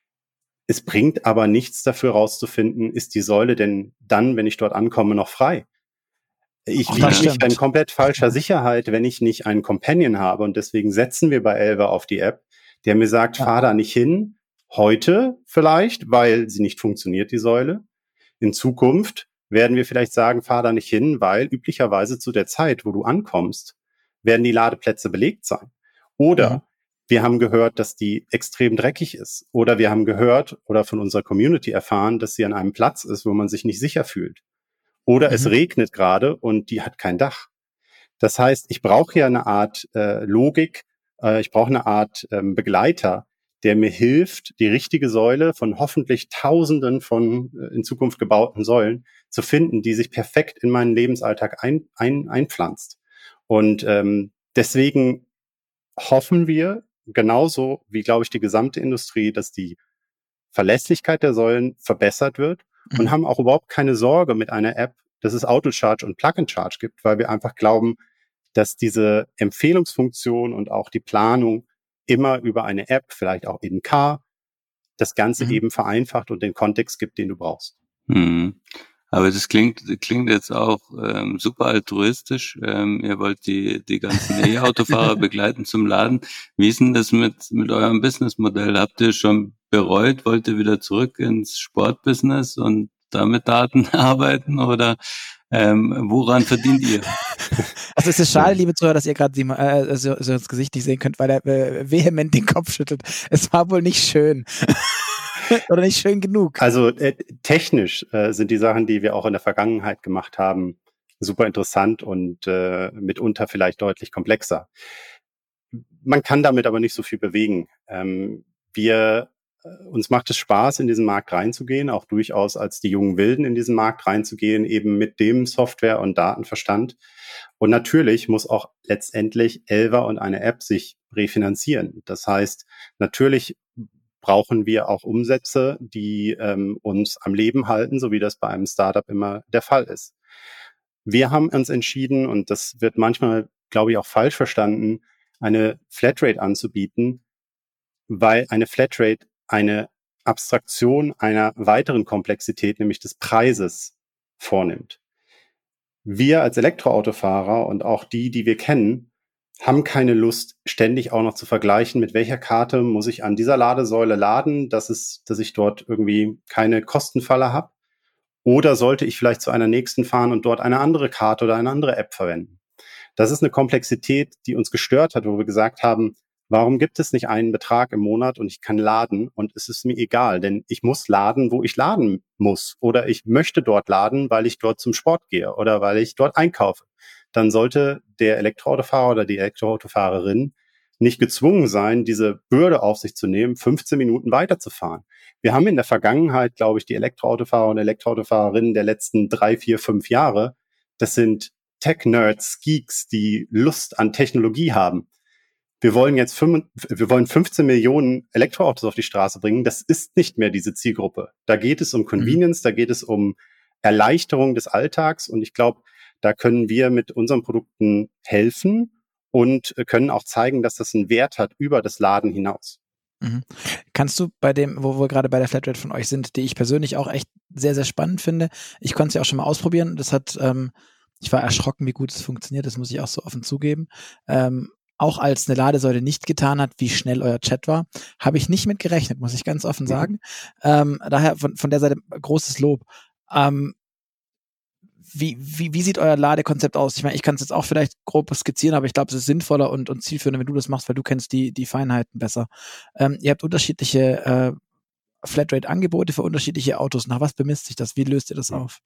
Es bringt aber nichts dafür rauszufinden, ist die Säule denn dann, wenn ich dort ankomme, noch frei? Ich wiege mich in komplett falscher Sicherheit, wenn ich nicht einen Companion habe. Und deswegen setzen wir bei Elva auf die App, der mir sagt, ja. fahr da nicht hin. Heute vielleicht, weil sie nicht funktioniert, die Säule. In Zukunft werden wir vielleicht sagen, fahr da nicht hin, weil üblicherweise zu der Zeit, wo du ankommst, werden die Ladeplätze belegt sein. Oder mhm. wir haben gehört, dass die extrem dreckig ist. Oder wir haben gehört oder von unserer Community erfahren, dass sie an einem Platz ist, wo man sich nicht sicher fühlt. Oder mhm. es regnet gerade und die hat kein Dach. Das heißt, ich brauche hier eine Art äh, Logik, äh, ich brauche eine Art ähm, Begleiter, der mir hilft, die richtige Säule von hoffentlich Tausenden von äh, in Zukunft gebauten Säulen zu finden, die sich perfekt in meinen Lebensalltag ein, ein, einpflanzt. Und ähm, deswegen hoffen wir, genauso wie, glaube ich, die gesamte Industrie, dass die Verlässlichkeit der Säulen verbessert wird. Und mhm. haben auch überhaupt keine Sorge mit einer App, dass es Autocharge und Plug-and-Charge gibt, weil wir einfach glauben, dass diese Empfehlungsfunktion und auch die Planung immer über eine App, vielleicht auch in Car, das Ganze mhm. eben vereinfacht und den Kontext gibt, den du brauchst. Mhm. Aber das klingt klingt jetzt auch ähm, super altruistisch. Ähm, ihr wollt die die ganzen E-Autofahrer begleiten zum Laden. Wie ist denn das mit mit eurem Businessmodell? Habt ihr schon bereut? Wollt ihr wieder zurück ins Sportbusiness und da mit Daten arbeiten oder ähm, woran verdient ihr? Also es ist schade, liebe Zuhörer, dass ihr gerade äh, so, so das Gesicht nicht sehen könnt, weil er äh, vehement den Kopf schüttelt. Es war wohl nicht schön. Oder nicht schön genug. Also äh, technisch äh, sind die Sachen, die wir auch in der Vergangenheit gemacht haben, super interessant und äh, mitunter vielleicht deutlich komplexer. Man kann damit aber nicht so viel bewegen. Ähm, wir, äh, uns macht es Spaß, in diesen Markt reinzugehen, auch durchaus als die jungen Wilden in diesen Markt reinzugehen, eben mit dem Software- und Datenverstand. Und natürlich muss auch letztendlich Elva und eine App sich refinanzieren. Das heißt, natürlich brauchen wir auch Umsätze, die ähm, uns am Leben halten, so wie das bei einem Startup immer der Fall ist. Wir haben uns entschieden, und das wird manchmal, glaube ich, auch falsch verstanden, eine Flatrate anzubieten, weil eine Flatrate eine Abstraktion einer weiteren Komplexität, nämlich des Preises, vornimmt. Wir als Elektroautofahrer und auch die, die wir kennen, haben keine Lust, ständig auch noch zu vergleichen, mit welcher Karte muss ich an dieser Ladesäule laden, dass es, dass ich dort irgendwie keine Kostenfalle habe. Oder sollte ich vielleicht zu einer nächsten fahren und dort eine andere Karte oder eine andere App verwenden? Das ist eine Komplexität, die uns gestört hat, wo wir gesagt haben, warum gibt es nicht einen Betrag im Monat und ich kann laden und es ist mir egal, denn ich muss laden, wo ich laden muss oder ich möchte dort laden, weil ich dort zum Sport gehe oder weil ich dort einkaufe. Dann sollte der Elektroautofahrer oder die Elektroautofahrerin nicht gezwungen sein, diese Bürde auf sich zu nehmen, fünfzehn Minuten weiterzufahren. Wir haben in der Vergangenheit, glaube ich, die Elektroautofahrer und Elektroautofahrerinnen der letzten drei, vier, fünf Jahre, das sind Tech-Nerds, Geeks, die Lust an Technologie haben. Wir wollen jetzt fünf, wir wollen fünfzehn Millionen Elektroautos auf die Straße bringen. Das ist nicht mehr diese Zielgruppe. Da geht es um Convenience, mhm. da geht es um Erleichterung des Alltags. Und ich glaube, da können wir mit unseren Produkten helfen und können auch zeigen, dass das einen Wert hat über das Laden hinaus. Mhm. Kannst du bei dem, wo wir gerade bei der Flatrate von euch sind, die ich persönlich auch echt sehr, sehr spannend finde, ich konnte es ja auch schon mal ausprobieren. Das hat, ähm, ich war erschrocken, wie gut es funktioniert, das muss ich auch so offen zugeben. Ähm, auch als eine Ladesäule nicht getan hat, wie schnell euer Chat war, habe ich nicht mit gerechnet, muss ich ganz offen sagen. Mhm. Ähm, daher von, von der Seite großes Lob. Ähm, Wie, wie, wie sieht euer Ladekonzept aus? Ich meine, ich kann es jetzt auch vielleicht grob skizzieren, aber ich glaube, es ist sinnvoller und, und zielführender, wenn du das machst, weil du kennst die, die Feinheiten besser. Ähm, ihr habt unterschiedliche äh, Flatrate-Angebote für unterschiedliche Autos. Nach was bemisst sich das? Wie löst ihr das auf?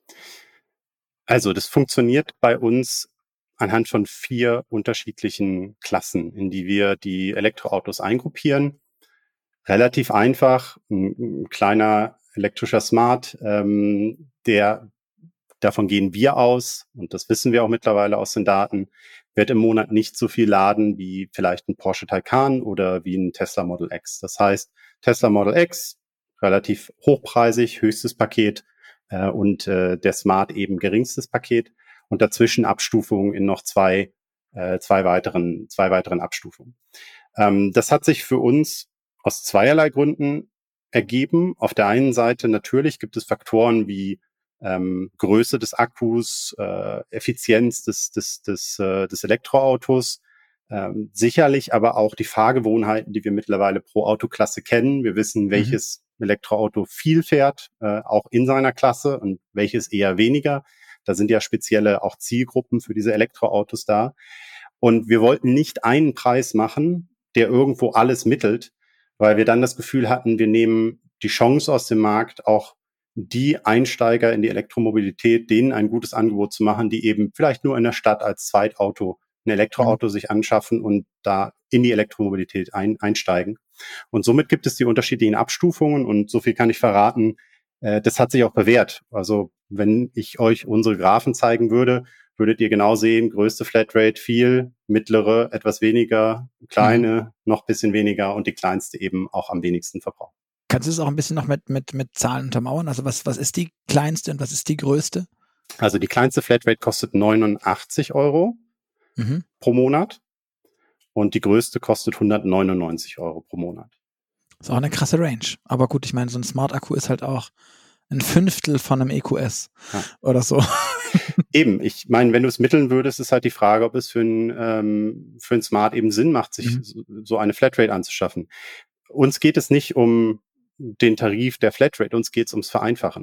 Also das funktioniert bei uns anhand von vier unterschiedlichen Klassen, in die wir die Elektroautos eingruppieren. Relativ einfach, ein, ein kleiner elektrischer Smart, ähm, der davon gehen wir aus, und das wissen wir auch mittlerweile aus den Daten, wird im Monat nicht so viel laden wie vielleicht ein Porsche Taycan oder wie ein Tesla Model X. Das heißt, Tesla Model X, relativ hochpreisig, höchstes Paket äh, und äh, der Smart eben geringstes Paket und dazwischen Abstufungen in noch zwei, äh, zwei weiteren, zwei weiteren Abstufungen. Ähm, das hat sich für uns aus zweierlei Gründen ergeben. Auf der einen Seite natürlich gibt es Faktoren wie Ähm, Größe des Akkus, äh, Effizienz des, des, des, äh, des Elektroautos, ähm, sicherlich aber auch die Fahrgewohnheiten, die wir mittlerweile pro Autoklasse kennen. Wir wissen, welches mhm. Elektroauto viel fährt, äh, auch in seiner Klasse und welches eher weniger. Da sind ja spezielle auch Zielgruppen für diese Elektroautos da. Und wir wollten nicht einen Preis machen, der irgendwo alles mittelt, weil wir dann das Gefühl hatten, wir nehmen die Chance aus dem Markt, auch die Einsteiger in die Elektromobilität, denen ein gutes Angebot zu machen, die eben vielleicht nur in der Stadt als Zweitauto ein Elektroauto mhm. sich anschaffen und da in die Elektromobilität ein, einsteigen. Und somit gibt es die unterschiedlichen Abstufungen und so viel kann ich verraten, äh, das hat sich auch bewährt. Also wenn ich euch unsere Graphen zeigen würde, würdet ihr genau sehen, größte Flatrate viel, mittlere etwas weniger, kleine mhm. noch ein bisschen weniger und die kleinste eben auch am wenigsten verbraucht. Kannst du es auch ein bisschen noch mit, mit, mit Zahlen untermauern? Also was, was ist die kleinste und was ist die größte? Also die kleinste Flatrate kostet neunundachtzig Euro mhm. pro Monat und die größte kostet hundertneunundneunzig Euro pro Monat. Das ist auch eine krasse Range. Aber gut, ich meine, so ein Smart-Akku ist halt auch ein Fünftel von einem E Q S ja. oder so. Eben, ich meine, wenn du es mitteln würdest, ist halt die Frage, ob es für ein, ähm, für ein Smart eben Sinn macht, sich mhm. so, so eine Flatrate anzuschaffen. Uns geht es nicht um den Tarif der Flatrate, uns geht es ums Vereinfachen.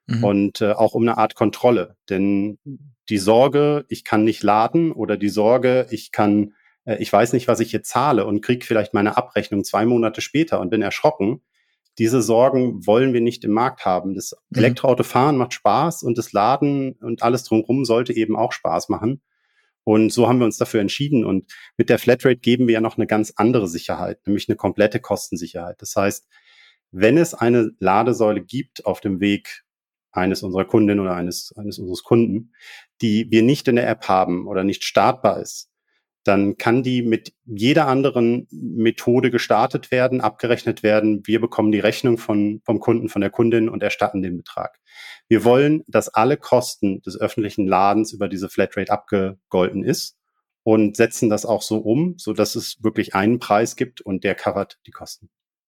Mhm. Und äh, auch um eine Art Kontrolle. Denn die Sorge, ich kann nicht laden, oder die Sorge, ich kann, äh, ich weiß nicht, was ich hier zahle und kriege vielleicht meine Abrechnung zwei Monate später und bin erschrocken. Diese Sorgen wollen wir nicht im Markt haben. Das mhm. Elektroautofahren macht Spaß, und das Laden und alles drumherum sollte eben auch Spaß machen. Und so haben wir uns dafür entschieden. Und mit der Flatrate geben wir ja noch eine ganz andere Sicherheit, nämlich eine komplette Kostensicherheit. Das heißt, wenn es eine Ladesäule gibt auf dem Weg eines unserer Kundinnen oder eines, eines unseres Kunden, die wir nicht in der App haben oder nicht startbar ist, dann kann die mit jeder anderen Methode gestartet werden, abgerechnet werden. Wir bekommen die Rechnung von, vom Kunden, von der Kundin und erstatten den Betrag. Wir wollen, dass alle Kosten des öffentlichen Ladens über diese Flatrate abgegolten ist, und setzen das auch so um, so dass es wirklich einen Preis gibt und der covert die Kosten.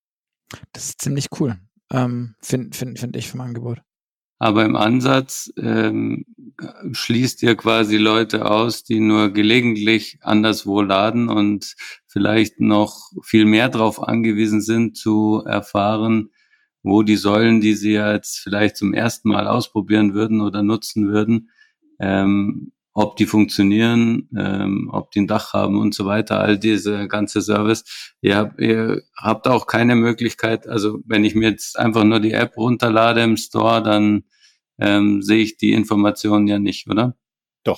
Das ist ziemlich cool, ähm, finde find, find ich vom Angebot. Aber im Ansatz ähm, schließt ihr quasi Leute aus, die nur gelegentlich anderswo laden und vielleicht noch viel mehr darauf angewiesen sind, zu erfahren, wo die Säulen, die sie jetzt vielleicht zum ersten Mal ausprobieren würden oder nutzen würden, ähm, ob die funktionieren, ähm, ob die ein Dach haben und so weiter, all diese ganze Service. Ihr habt, ihr habt auch keine Möglichkeit, also wenn ich mir jetzt einfach nur die App runterlade im Store, dann ähm, sehe ich die Informationen ja nicht, oder? Doch.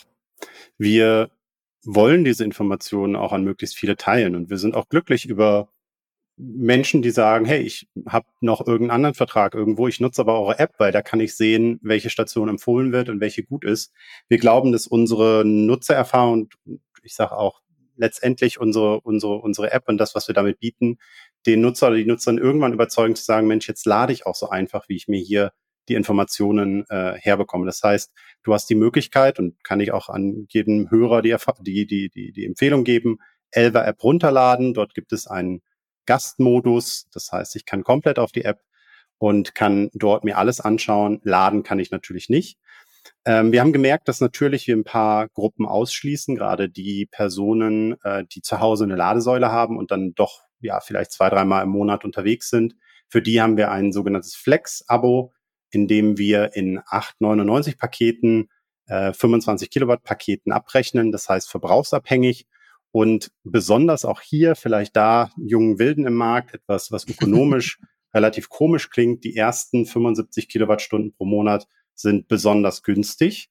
Wir wollen diese Informationen auch an möglichst viele teilen, und wir sind auch glücklich über Menschen, die sagen, hey, ich habe noch irgendeinen anderen Vertrag irgendwo, ich nutze aber eure App, weil da kann ich sehen, welche Station empfohlen wird und welche gut ist. Wir glauben, dass unsere Nutzererfahrung, und ich sage auch letztendlich unsere unsere unsere App und das, was wir damit bieten, den Nutzer oder die Nutzerin irgendwann überzeugen zu sagen, Mensch, jetzt lade ich auch so einfach, wie ich mir hier die Informationen äh, herbekomme. Das heißt, du hast die Möglichkeit, und kann ich auch an jedem Hörer die die die die, die Empfehlung geben, Elva App runterladen. Dort gibt es einen Gastmodus, das heißt, ich kann komplett auf die App und kann dort mir alles anschauen. Laden kann ich natürlich nicht. Ähm, wir haben gemerkt, dass natürlich wir ein paar Gruppen ausschließen, gerade die Personen, äh, die zu Hause eine Ladesäule haben und dann doch ja vielleicht zwei, dreimal im Monat unterwegs sind. Für die haben wir ein sogenanntes Flex-Abo, in dem wir in acht neunundneunzig Paketen, äh, fünfundzwanzig Kilowatt Paketen abrechnen, das heißt verbrauchsabhängig. Und besonders auch hier, vielleicht da jungen Wilden im Markt, etwas, was ökonomisch relativ komisch klingt, die ersten fünfundsiebzig Kilowattstunden pro Monat sind besonders günstig,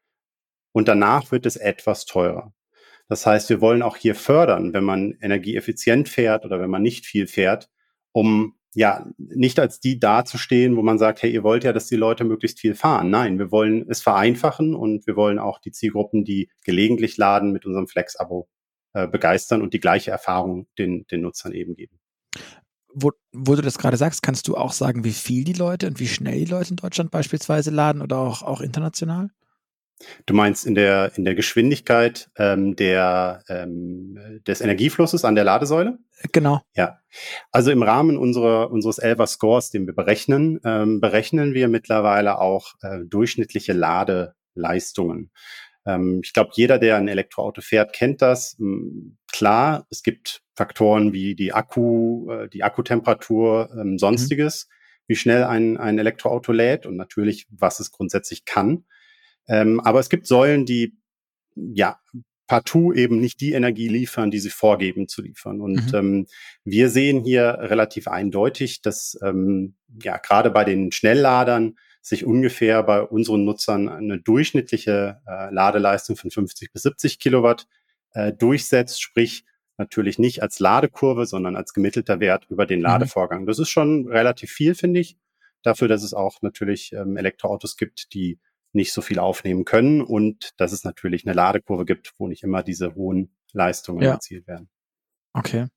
und danach wird es etwas teurer. Das heißt, wir wollen auch hier fördern, wenn man energieeffizient fährt oder wenn man nicht viel fährt, um ja nicht als die dazustehen, wo man sagt, hey, ihr wollt ja, dass die Leute möglichst viel fahren. Nein, wir wollen es vereinfachen, und wir wollen auch die Zielgruppen, die gelegentlich laden, mit unserem Flex-Abo begeistern und die gleiche Erfahrung den, den Nutzern eben geben. Wo, wo du das gerade sagst, kannst du auch sagen, wie viel die Leute und wie schnell die Leute in Deutschland beispielsweise laden oder auch, auch international? Du meinst in der, in der Geschwindigkeit ähm, der, ähm, des Energieflusses an der Ladesäule? Genau. Ja. Also im Rahmen unserer, unseres Elva Scores, den wir berechnen, ähm, berechnen wir mittlerweile auch äh, durchschnittliche Ladeleistungen. Ich glaube, jeder, der ein Elektroauto fährt, kennt das. Klar, es gibt Faktoren wie die Akku, die Akkutemperatur, ähm, sonstiges, mhm. wie schnell ein, ein Elektroauto lädt und natürlich, was es grundsätzlich kann. Ähm, aber es gibt Säulen, die ja partout eben nicht die Energie liefern, die sie vorgeben zu liefern. Und mhm. ähm, wir sehen hier relativ eindeutig, dass ähm, ja gerade bei den Schnellladern sich ungefähr bei unseren Nutzern eine durchschnittliche äh, Ladeleistung von fünfzig bis siebzig Kilowatt äh, durchsetzt, sprich natürlich nicht als Ladekurve, sondern als gemittelter Wert über den Ladevorgang. Mhm. Das ist schon relativ viel, finde ich, dafür, dass es auch natürlich ähm, Elektroautos gibt, die nicht so viel aufnehmen können, und dass es natürlich eine Ladekurve gibt, wo nicht immer diese hohen Leistungen ja. erzielt werden. Okay.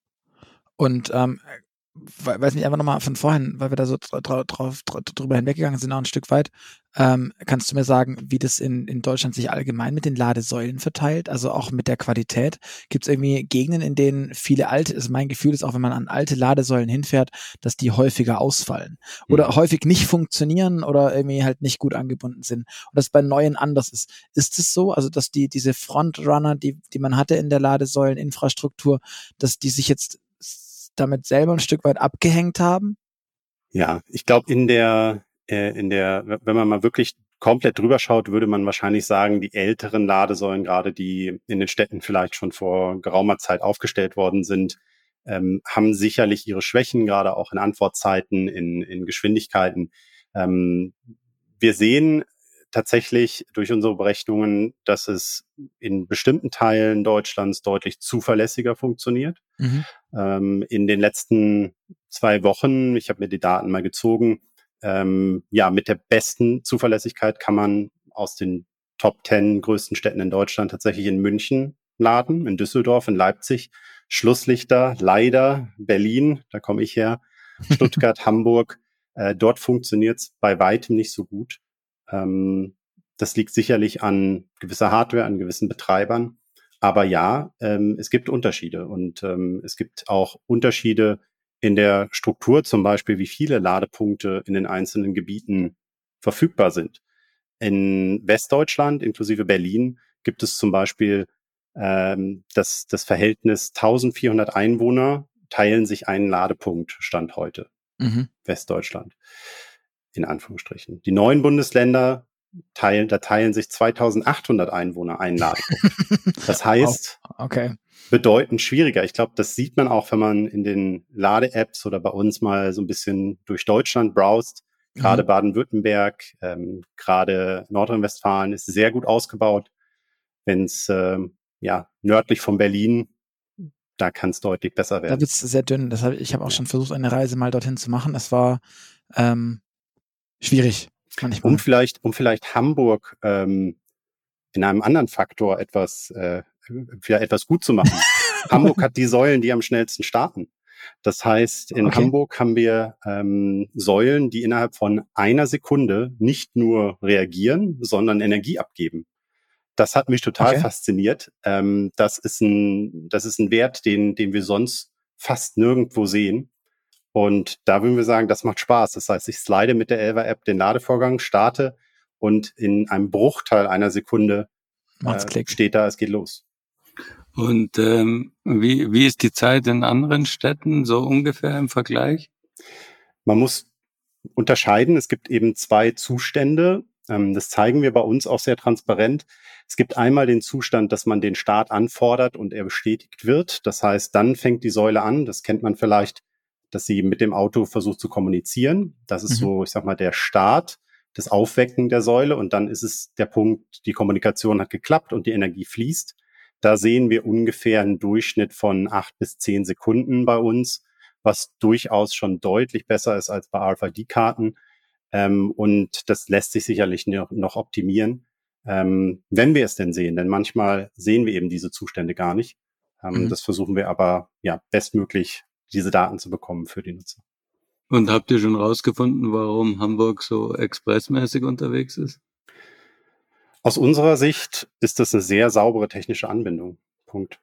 Und ähm, weiß nicht, einfach nochmal von vorhin, weil wir da so drauf, drauf, drüber hinweggegangen sind, auch ein Stück weit, ähm, kannst du mir sagen, wie das in, in Deutschland sich allgemein mit den Ladesäulen verteilt, also auch mit der Qualität? Gibt es irgendwie Gegenden, in denen viele alte, also mein Gefühl ist auch, wenn man an alte Ladesäulen hinfährt, dass die häufiger ausfallen oder mhm. häufig nicht funktionieren oder irgendwie halt nicht gut angebunden sind und das bei neuen anders ist. Ist es so, also dass die diese Frontrunner, die, die man hatte in der Ladesäuleninfrastruktur, dass die sich jetzt damit selber ein Stück weit abgehängt haben? Ja, ich glaube, in der äh, in der, wenn man mal wirklich komplett drüber schaut, würde man wahrscheinlich sagen, die älteren Ladesäulen, gerade die in den Städten vielleicht schon vor geraumer Zeit aufgestellt worden sind, ähm, haben sicherlich ihre Schwächen, gerade auch in Antwortzeiten, in, in Geschwindigkeiten. Ähm, wir sehen tatsächlich durch unsere Berechnungen, dass es in bestimmten Teilen Deutschlands deutlich zuverlässiger funktioniert. Mhm. Ähm, in den letzten zwei Wochen, ich habe mir die Daten mal gezogen, ähm, ja, mit der besten Zuverlässigkeit kann man aus den Top zehn größten Städten in Deutschland tatsächlich in München laden, in Düsseldorf, in Leipzig, Schlusslichter, leider Berlin, da komme ich her, Stuttgart, Hamburg. Äh, dort funktioniert es bei weitem nicht so gut. Ähm, das liegt sicherlich an gewisser Hardware, an gewissen Betreibern. Aber ja, ähm, es gibt Unterschiede und ähm, es gibt auch Unterschiede in der Struktur, zum Beispiel, wie viele Ladepunkte in den einzelnen Gebieten verfügbar sind. In Westdeutschland, inklusive Berlin, gibt es zum Beispiel ähm, das, das Verhältnis eintausendvierhundert Einwohner teilen sich einen Ladepunkt, Stand heute. Mhm. Westdeutschland, in Anführungsstrichen. Die neuen Bundesländer teilen, da teilen sich zweitausendachthundert Einwohner einen Ladepunkt. Das heißt, wow. Okay. bedeutend schwieriger. Ich glaube, das sieht man auch, wenn man in den Lade-Apps oder bei uns mal so ein bisschen durch Deutschland browst. Gerade Mhm. Baden-Württemberg, ähm, gerade Nordrhein-Westfalen ist sehr gut ausgebaut. Wenn es ähm, ja nördlich von Berlin, da kann es deutlich besser Da werden. wird es sehr dünn. Das hab, ich habe auch Ja. schon versucht, eine Reise mal dorthin zu machen. Es war ähm, schwierig manchmal. Um vielleicht, um vielleicht Hamburg ähm, in einem anderen Faktor etwas, äh, vielleicht etwas gut zu machen. Hamburg hat die Säulen, die am schnellsten starten. Das heißt, in Okay. Hamburg haben wir ähm, Säulen, die innerhalb von einer Sekunde nicht nur reagieren, sondern Energie abgeben. Das hat mich total Okay. fasziniert. Ähm, das ist ein, das ist ein Wert, den, den wir sonst fast nirgendwo sehen. Und da würden wir sagen, das macht Spaß. Das heißt, ich slide mit der Elva-App den Ladevorgang, starte und in einem Bruchteil einer Sekunde Macht's äh, Klick. steht da, es geht los. Und ähm, wie, wie ist die Zeit in anderen Städten so ungefähr im Vergleich? Man muss unterscheiden. Es gibt eben zwei Zustände. Ähm, das zeigen wir bei uns auch sehr transparent. Es gibt einmal den Zustand, dass man den Start anfordert und er bestätigt wird. Das heißt, dann fängt die Säule an. Das kennt man vielleicht, dass sie mit dem Auto versucht zu kommunizieren. Das ist Mhm. so, ich sag mal, der Start, das Aufwecken der Säule. Und dann ist es der Punkt, die Kommunikation hat geklappt und die Energie fließt. Da sehen wir ungefähr einen Durchschnitt von acht bis zehn Sekunden bei uns, was durchaus schon deutlich besser ist als bei R F I D-Karten. Ähm, und das lässt sich sicherlich noch, noch optimieren, ähm, wenn wir es denn sehen. Denn manchmal sehen wir eben diese Zustände gar nicht. Ähm, Mhm. Das versuchen wir aber ja bestmöglich, diese Daten zu bekommen für die Nutzer. Und habt ihr schon rausgefunden, warum Hamburg so expressmäßig unterwegs ist? Aus unserer Sicht ist das eine sehr saubere technische Anbindung. Punkt.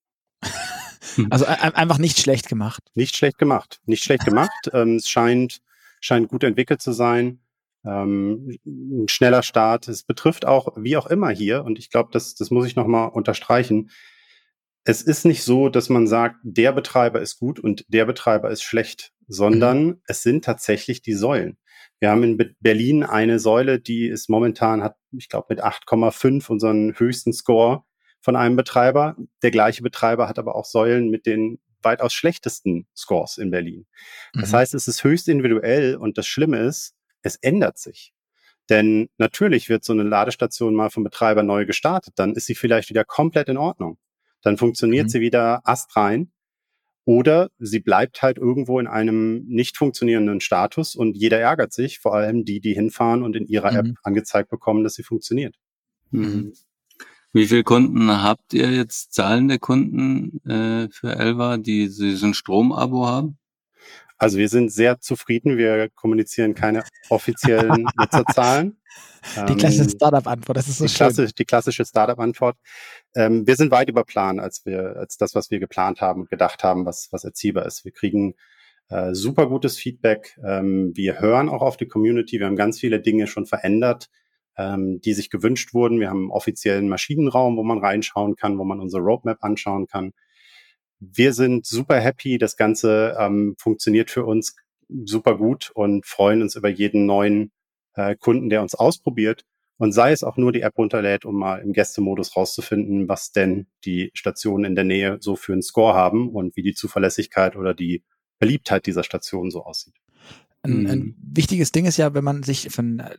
Also ein, einfach nicht schlecht gemacht. Nicht schlecht gemacht. Nicht schlecht gemacht. Ähm, es scheint, scheint gut entwickelt zu sein. Ähm, ein schneller Start. Es betrifft auch, wie auch immer hier, und ich glaube, das, das muss ich nochmal unterstreichen. Es ist nicht so, dass man sagt, der Betreiber ist gut und der Betreiber ist schlecht, sondern mhm. es sind tatsächlich die Säulen. Wir haben in Berlin eine Säule, die ist momentan, hat, ich glaube, mit acht Komma fünf unseren höchsten Score von einem Betreiber. Der gleiche Betreiber hat aber auch Säulen mit den weitaus schlechtesten Scores in Berlin. Das Mhm. heißt, es ist höchst individuell und das Schlimme ist, es ändert sich. Denn natürlich wird so eine Ladestation mal vom Betreiber neu gestartet, dann ist sie vielleicht wieder komplett in Ordnung. Dann funktioniert mhm. sie wieder astrein. Oder sie bleibt halt irgendwo in einem nicht funktionierenden Status und jeder ärgert sich, vor allem die, die hinfahren und in ihrer mhm. App angezeigt bekommen, dass sie funktioniert. Mhm. Wie viele Kunden habt ihr jetzt, zahlende Kunden äh, für Elva, die diesen Stromabo haben? Also wir sind sehr zufrieden. Wir kommunizieren keine offiziellen Nutzerzahlen. Die klassische Startup-Antwort, das ist so die schön. Klasse, die klassische Startup-Antwort. Ähm, wir sind weit über Plan, als wir, als das, was wir geplant haben und gedacht haben, was, was erziehbar ist. Wir kriegen äh, super gutes Feedback. Ähm, wir hören auch auf die Community. Wir haben ganz viele Dinge schon verändert, ähm, die sich gewünscht wurden. Wir haben einen offiziellen Maschinenraum, wo man reinschauen kann, wo man unsere Roadmap anschauen kann. Wir sind super happy. Das Ganze ähm, funktioniert für uns super gut und freuen uns über jeden neuen äh, Kunden, der uns ausprobiert. Und sei es auch nur die App runterlädt, um mal im Gästemodus rauszufinden, was denn die Stationen in der Nähe so für einen Score haben und wie die Zuverlässigkeit oder die Beliebtheit dieser Station so aussieht. Ein, ein Mhm. wichtiges Ding ist ja, wenn man sich für einen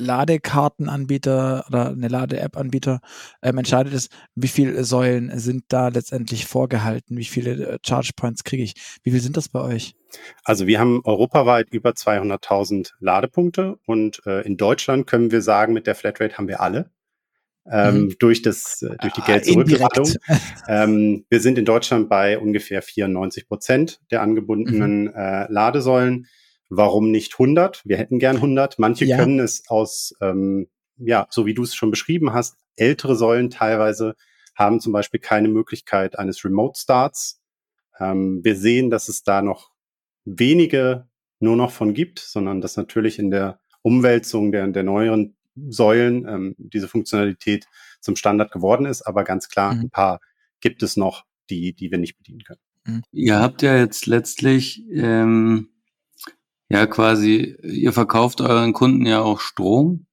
Ladekartenanbieter oder eine Lade-App-Anbieter ähm, entscheidet, ist, wie viele Säulen sind da letztendlich vorgehalten, wie viele äh, Charge Points kriege ich, wie viel sind das bei euch? Also wir haben europaweit über zweihunderttausend Ladepunkte und äh, in Deutschland können wir sagen, mit der Flatrate haben wir alle. Ähm, Mhm. durch das, äh, durch die Ah, Geld-Zurückzahlung. indirekt. ähm, wir sind in Deutschland bei ungefähr vierundneunzig Prozent der angebundenen Mhm. äh, Ladesäulen. Warum nicht hundert? Wir hätten gern hundert. Manche Ja. können es aus, ähm, ja, so wie du es schon beschrieben hast, ältere Säulen teilweise haben zum Beispiel keine Möglichkeit eines Remote-Starts. Ähm, wir sehen, dass es da noch wenige nur noch von gibt, sondern dass natürlich in der Umwälzung der, der neueren Säulen ähm, diese Funktionalität zum Standard geworden ist, aber ganz klar, Mhm. ein paar gibt es noch, die, die wir nicht bedienen können. Mhm. Ihr habt ja jetzt letztlich ähm, ja quasi, ihr verkauft euren Kunden ja auch Strom.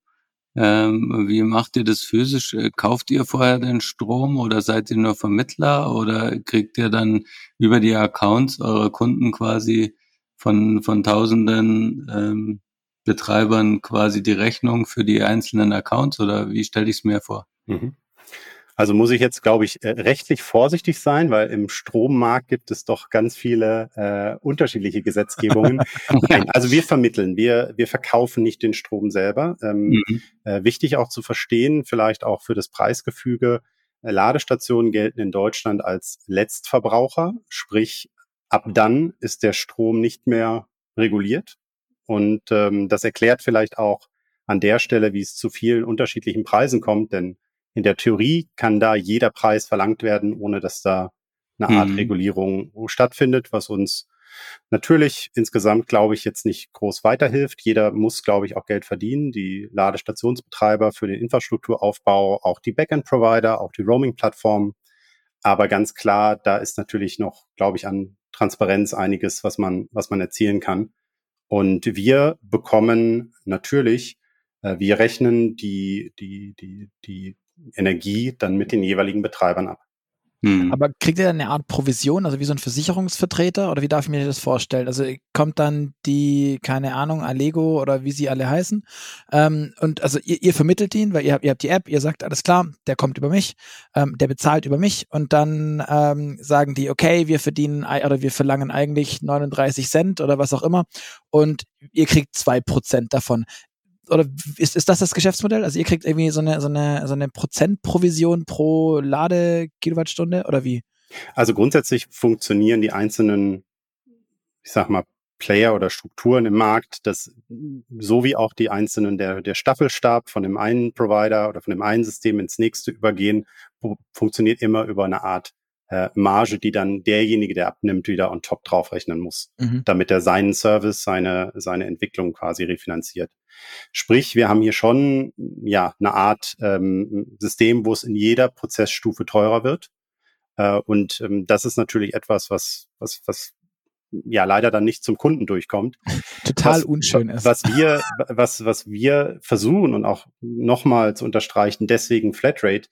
Ähm, wie macht ihr das physisch? Kauft ihr vorher den Strom oder seid ihr nur Vermittler oder kriegt ihr dann über die Accounts eurer Kunden quasi von von tausenden ähm, Betreibern quasi die Rechnung für die einzelnen Accounts oder wie stelle ich es mir vor? Mhm. Also muss ich jetzt, glaube ich, äh, rechtlich vorsichtig sein, weil im Strommarkt gibt es doch ganz viele äh, unterschiedliche Gesetzgebungen. Nein, also wir vermitteln, wir wir verkaufen nicht den Strom selber. Ähm, Mhm. äh, wichtig auch zu verstehen, vielleicht auch für das Preisgefüge, äh, Ladestationen gelten in Deutschland als Letztverbraucher, sprich ab dann ist der Strom nicht mehr reguliert. Und ähm, das erklärt vielleicht auch an der Stelle, wie es zu vielen unterschiedlichen Preisen kommt, denn in der Theorie kann da jeder Preis verlangt werden, ohne dass da eine Art Mhm. Regulierung stattfindet, was uns natürlich insgesamt, glaube ich, jetzt nicht groß weiterhilft. Jeder muss, glaube ich, auch Geld verdienen. Die Ladestationsbetreiber für den Infrastrukturaufbau, auch die Backend-Provider, auch die Roaming-Plattformen. Aber ganz klar, da ist natürlich noch, glaube ich, an Transparenz einiges, was man, was man erzielen kann. Und wir bekommen natürlich, äh, wir rechnen die, die, die, die Energie dann mit den jeweiligen Betreibern ab. Mhm. Aber kriegt ihr dann eine Art Provision, also wie so ein Versicherungsvertreter oder wie darf ich mir das vorstellen? Also kommt dann die, keine Ahnung, Allego oder wie sie alle heißen ähm, und also ihr, ihr vermittelt ihn, weil ihr habt, ihr habt die App, ihr sagt, alles klar, der kommt über mich, ähm, der bezahlt über mich und dann ähm, sagen die, okay, wir verdienen oder wir verlangen eigentlich neununddreißig Cent oder was auch immer und ihr kriegt zwei Prozent davon. Oder ist, ist das das Geschäftsmodell? Also ihr kriegt irgendwie so eine, so eine, so eine Prozentprovision pro Lade-Kilowattstunde oder wie? Also grundsätzlich funktionieren die einzelnen, ich sag mal, Player oder Strukturen im Markt, das so wie auch die einzelnen, der, der Staffelstab von dem einen Provider oder von dem einen System ins nächste übergehen, funktioniert immer über eine Art äh, Marge, die dann derjenige, der abnimmt, wieder on top draufrechnen muss, Mhm. damit er seinen Service, seine, seine Entwicklung quasi refinanziert. Sprich, wir haben hier schon ja eine Art ähm, System, wo es in jeder Prozessstufe teurer wird. Äh, und ähm, das ist natürlich etwas, was, was, was ja leider dann nicht zum Kunden durchkommt. Total was, unschön ist. Was wir, was, was wir versuchen und auch nochmal zu unterstreichen, deswegen Flatrate.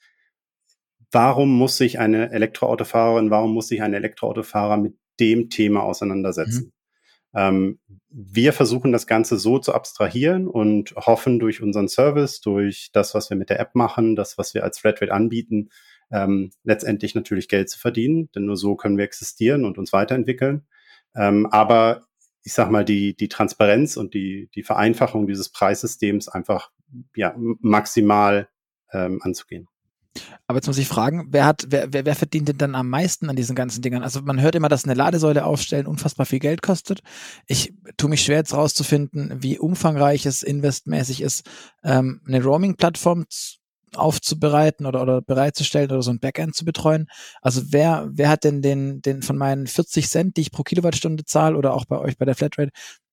Warum muss sich eine Elektroautofahrerin, warum muss sich ein Elektroautofahrer mit dem Thema auseinandersetzen? Mhm. Ähm, wir versuchen das Ganze so zu abstrahieren und hoffen durch unseren Service, durch das, was wir mit der App machen, das, was wir als Flatrate anbieten, ähm, letztendlich natürlich Geld zu verdienen, denn nur so können wir existieren und uns weiterentwickeln. Ähm, aber ich sag mal, die, die Transparenz und die, die Vereinfachung dieses Preissystems einfach ja, maximal ähm, anzugehen. Aber jetzt muss ich fragen, wer hat, wer, wer, wer verdient denn dann am meisten an diesen ganzen Dingern? Also man hört immer, dass eine Ladesäule aufstellen unfassbar viel Geld kostet. Ich tue mich schwer jetzt rauszufinden, wie umfangreich es investmäßig ist, ähm, eine Roaming-Plattform aufzubereiten oder, oder bereitzustellen oder so ein Backend zu betreuen. Also wer, wer hat denn den, den von meinen vierzig Cent, die ich pro Kilowattstunde zahle oder auch bei euch bei der Flatrate,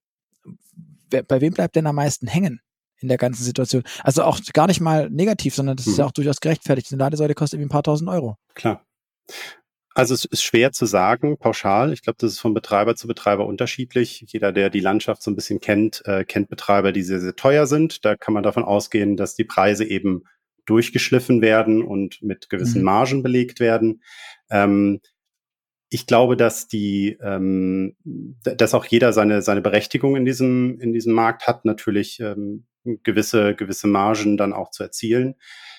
wer, bei wem bleibt denn am meisten hängen in der ganzen Situation? Also auch gar nicht mal negativ, sondern das mhm. ist ja auch durchaus gerechtfertigt. Eine Ladesäule kostet irgendwie ein paar tausend Euro. Klar. Also es ist schwer zu sagen, pauschal. Ich glaube, das ist von Betreiber zu Betreiber unterschiedlich. Jeder, der die Landschaft so ein bisschen kennt, äh, kennt Betreiber, die sehr, sehr teuer sind. Da kann man davon ausgehen, dass die Preise eben durchgeschliffen werden und mit gewissen Mhm. Margen belegt werden. Ähm, ich glaube, dass die, ähm, d- dass auch jeder seine seine Berechtigung in diesem in diesem Markt hat, natürlich ähm, gewisse gewisse Margen dann auch zu erzielen.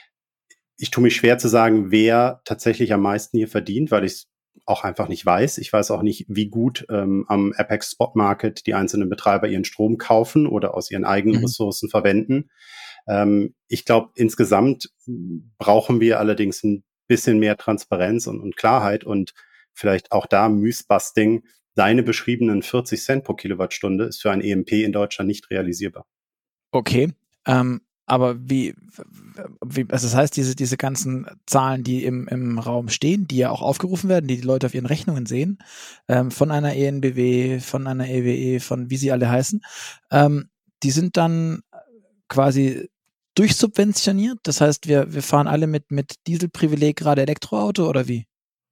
Ich tue mich schwer zu sagen, wer tatsächlich am meisten hier verdient, weil ich es auch einfach nicht weiß. Ich weiß auch nicht, wie gut ähm, am Apex Spot Market die einzelnen Betreiber ihren Strom kaufen oder aus ihren eigenen Mhm. Ressourcen verwenden. Ähm, ich glaube, insgesamt brauchen wir allerdings ein bisschen mehr Transparenz und, und Klarheit und vielleicht auch da Mythbusting. Deine beschriebenen vierzig Cent pro Kilowattstunde ist für ein E M P in Deutschland nicht realisierbar. Okay. Ähm, aber wie, wie, also das heißt, diese, diese ganzen Zahlen, die im, im Raum stehen, die ja auch aufgerufen werden, die die Leute auf ihren Rechnungen sehen, ähm, von einer E N B W, von einer E W E, von wie sie alle heißen, ähm, die sind dann quasi durchsubventioniert. Das heißt, wir, wir fahren alle mit, mit Dieselprivileg gerade Elektroauto oder wie?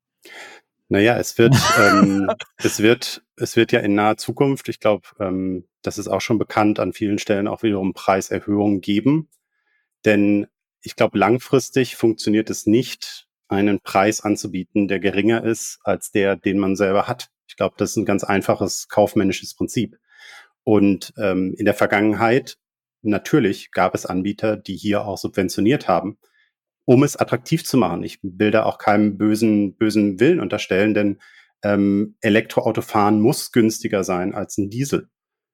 Naja, es wird, ähm, es wird, es wird ja in naher Zukunft, ich glaube, ähm, das ist auch schon bekannt, an vielen Stellen auch wiederum Preiserhöhungen geben. Denn ich glaube, langfristig funktioniert es nicht, einen Preis anzubieten, der geringer ist als der, den man selber hat. Ich glaube, das ist ein ganz einfaches kaufmännisches Prinzip. Und ähm, in der Vergangenheit, natürlich gab es Anbieter, die hier auch subventioniert haben, um es attraktiv zu machen. Ich will da auch keinem bösen, bösen Willen unterstellen, denn ähm, Elektroautofahren muss günstiger sein als ein Diesel.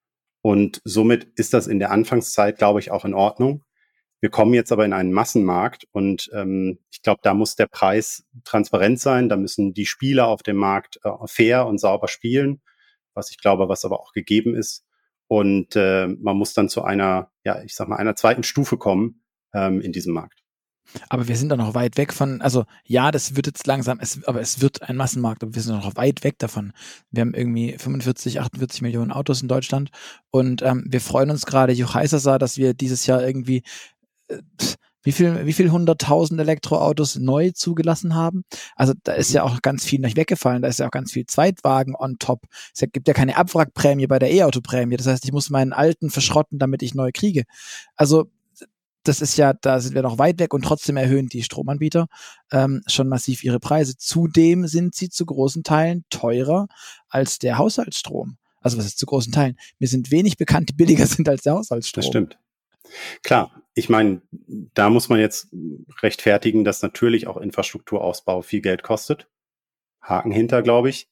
Und somit ist das in der Anfangszeit, glaube ich, auch in Ordnung. Wir kommen jetzt aber in einen Massenmarkt und ähm, ich glaube, da muss der Preis transparent sein. Da müssen die Spieler auf dem Markt äh, fair und sauber spielen, was ich glaube, was aber auch gegeben ist. Und äh, man muss dann zu einer, ja, ich sag mal, einer zweiten Stufe kommen ähm, in diesem Markt. Aber wir sind da noch weit weg von, also ja, das wird jetzt langsam, es, aber es wird ein Massenmarkt, aber wir sind noch weit weg davon. Wir haben irgendwie fünfundvierzig, achtundvierzig Millionen Autos in Deutschland und ähm, wir freuen uns gerade, Juch Heißer, dass wir dieses Jahr irgendwie äh, wie viel, wie viel hunderttausend Elektroautos neu zugelassen haben. Also da ist Mhm. ja auch ganz viel nicht weggefallen, da ist ja auch ganz viel Zweitwagen on top. Es gibt ja keine Abwrackprämie bei der E-Auto-Prämie. Das heißt, ich muss meinen alten verschrotten, damit ich neu kriege. Also das ist ja, da sind wir noch weit weg und trotzdem erhöhen die Stromanbieter ähm, schon massiv ihre Preise. Zudem sind sie zu großen Teilen teurer als der Haushaltsstrom. Also was ist zu großen Teilen? Mir sind wenig bekannt, die billiger sind als der Haushaltsstrom. Das stimmt. Klar, ich meine, da muss man jetzt rechtfertigen, dass natürlich auch Infrastrukturausbau viel Geld kostet. Haken hinter, glaube ich.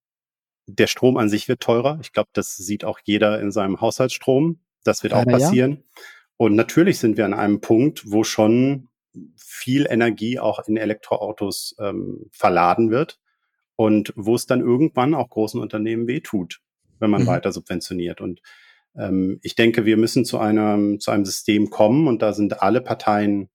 Der Strom an sich wird teurer. Ich glaube, das sieht auch jeder in seinem Haushaltsstrom. Das wird auch Leider ja. passieren. Und natürlich sind wir an einem Punkt, wo schon viel Energie auch in Elektroautos ähm, verladen wird und wo es dann irgendwann auch großen Unternehmen wehtut, wenn man Mhm. weiter subventioniert. Und ähm, ich denke, wir müssen zu einem, zu einem System kommen und da sind alle Parteien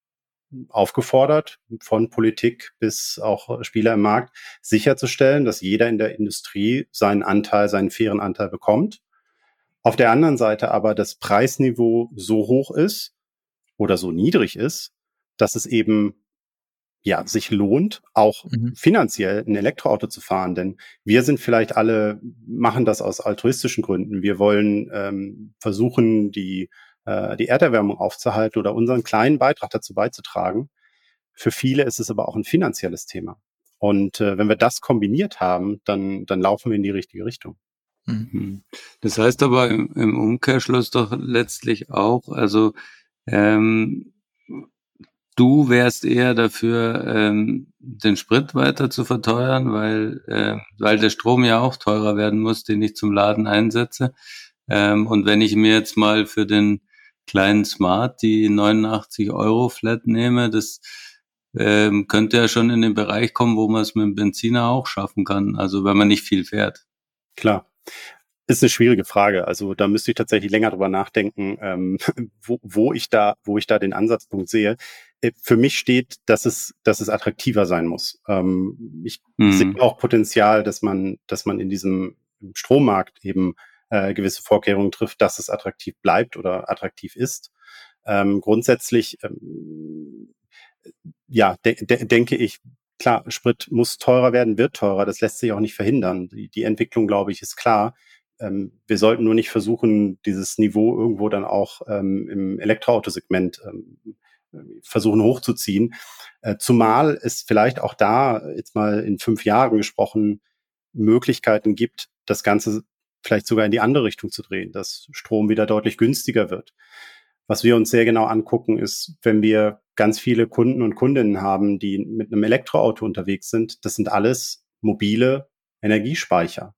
aufgefordert, von Politik bis auch Spieler im Markt, sicherzustellen, dass jeder in der Industrie seinen Anteil, seinen fairen Anteil bekommt. Auf der anderen Seite aber das Preisniveau so hoch ist oder so niedrig ist, dass es eben ja sich lohnt, auch Mhm. finanziell ein Elektroauto zu fahren. Denn wir sind vielleicht alle, machen das aus altruistischen Gründen. Wir wollen ähm, versuchen, die äh, die Erderwärmung aufzuhalten oder unseren kleinen Beitrag dazu beizutragen. Für viele ist es aber auch ein finanzielles Thema. Und äh, wenn wir das kombiniert haben, dann, dann laufen wir in die richtige Richtung. Mhm. Das heißt aber im, im Umkehrschluss doch letztlich auch, also ähm, du wärst eher dafür, ähm, den Sprit weiter zu verteuern, weil, äh, weil der Strom ja auch teurer werden muss, den ich zum Laden einsetze. Ähm, und wenn ich mir jetzt mal für den kleinen Smart die neunundachtzig Euro Flat nehme, das ähm, könnte ja schon in den Bereich kommen, wo man es mit dem Benziner auch schaffen kann, also wenn man nicht viel fährt. Klar. Ist eine schwierige Frage. Also da müsste ich tatsächlich länger drüber nachdenken, ähm, wo, wo ich da, wo ich da den Ansatzpunkt sehe. Äh, Für mich steht, dass es, dass es attraktiver sein muss. Ähm, ich Mhm. sehe auch Potenzial, dass man, dass man in diesem Strommarkt eben äh, gewisse Vorkehrungen trifft, dass es attraktiv bleibt oder attraktiv ist. Ähm, grundsätzlich, ähm, ja, de de denke ich, klar, Sprit muss teurer werden, wird teurer. Das lässt sich auch nicht verhindern. Die, die Entwicklung, glaube ich, ist klar. Ähm, wir sollten nur nicht versuchen, dieses Niveau irgendwo dann auch ähm, im Elektroautosegment ähm, versuchen hochzuziehen. Äh, zumal es vielleicht auch da, jetzt mal in fünf Jahren gesprochen, Möglichkeiten gibt, das Ganze vielleicht sogar in die andere Richtung zu drehen, dass Strom wieder deutlich günstiger wird. Was wir uns sehr genau angucken, ist, wenn wir ganz viele Kunden und Kundinnen haben, die mit einem Elektroauto unterwegs sind, das sind alles mobile Energiespeicher.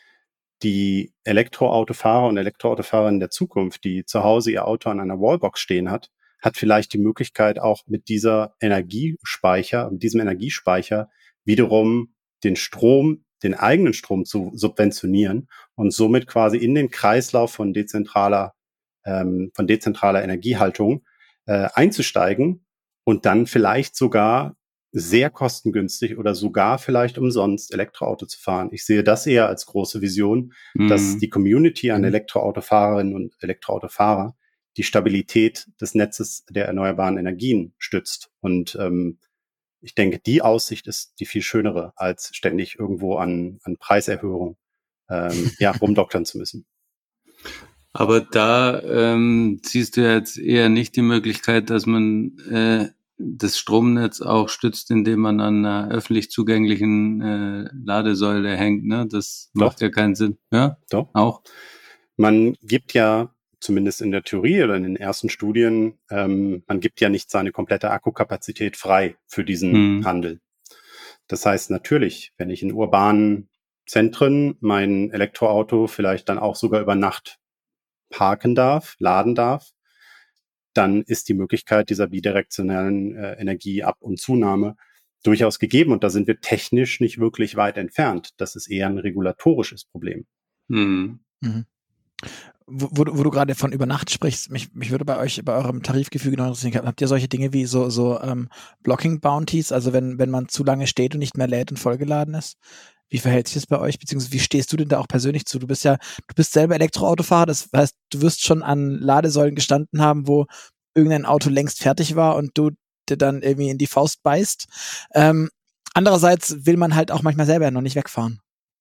Die Elektroautofahrer und Elektroautofahrerinnen der Zukunft, die zu Hause ihr Auto an einer Wallbox stehen hat, hat vielleicht die Möglichkeit, auch mit dieser Energiespeicher, mit diesem Energiespeicher wiederum den Strom, den eigenen Strom zu subventionieren und somit quasi in den Kreislauf von dezentraler, ähm, von dezentraler Energiehaltung äh, einzusteigen und dann vielleicht sogar sehr kostengünstig oder sogar vielleicht umsonst Elektroauto zu fahren. Ich sehe das eher als große Vision, mhm. dass die Community an Elektroautofahrerinnen und Elektroautofahrer die Stabilität des Netzes der erneuerbaren Energien stützt. Und ähm, ich denke, die Aussicht ist die viel schönere, als ständig irgendwo an, an Preiserhöhung ähm, ja, rumdoktern zu müssen. Aber da ähm, siehst du jetzt eher nicht die Möglichkeit, dass man äh, das Stromnetz auch stützt, indem man an einer öffentlich zugänglichen äh, Ladesäule hängt. Ne? Das Doch. macht ja keinen Sinn. Ja, doch. Auch. Man gibt ja, zumindest in der Theorie oder in den ersten Studien, ähm, man gibt ja nicht seine komplette Akkukapazität frei für diesen hm. Handel. Das heißt natürlich, wenn ich in urbanen Zentren mein Elektroauto vielleicht dann auch sogar über Nacht parken darf, laden darf, dann ist die Möglichkeit dieser bidirektionalen äh, Energieab- und Zunahme durchaus gegeben. Und da sind wir technisch nicht wirklich weit entfernt. Das ist eher ein regulatorisches Problem. Mhm. Mhm. Wo, wo, wo du gerade von über Nacht sprichst, mich, mich würde bei euch, bei eurem Tarifgefüge noch interessieren, habt ihr solche Dinge wie so, so ähm, Blocking-Bounties, also wenn, wenn man zu lange steht und nicht mehr lädt und vollgeladen ist? Wie verhält sich das bei euch, beziehungsweise wie stehst du denn da auch persönlich zu? Du bist ja, du bist selber Elektroautofahrer, das heißt, du wirst schon an Ladesäulen gestanden haben, wo irgendein Auto längst fertig war und du dir dann irgendwie in die Faust beißt. Ähm, andererseits will man halt auch manchmal selber noch nicht wegfahren.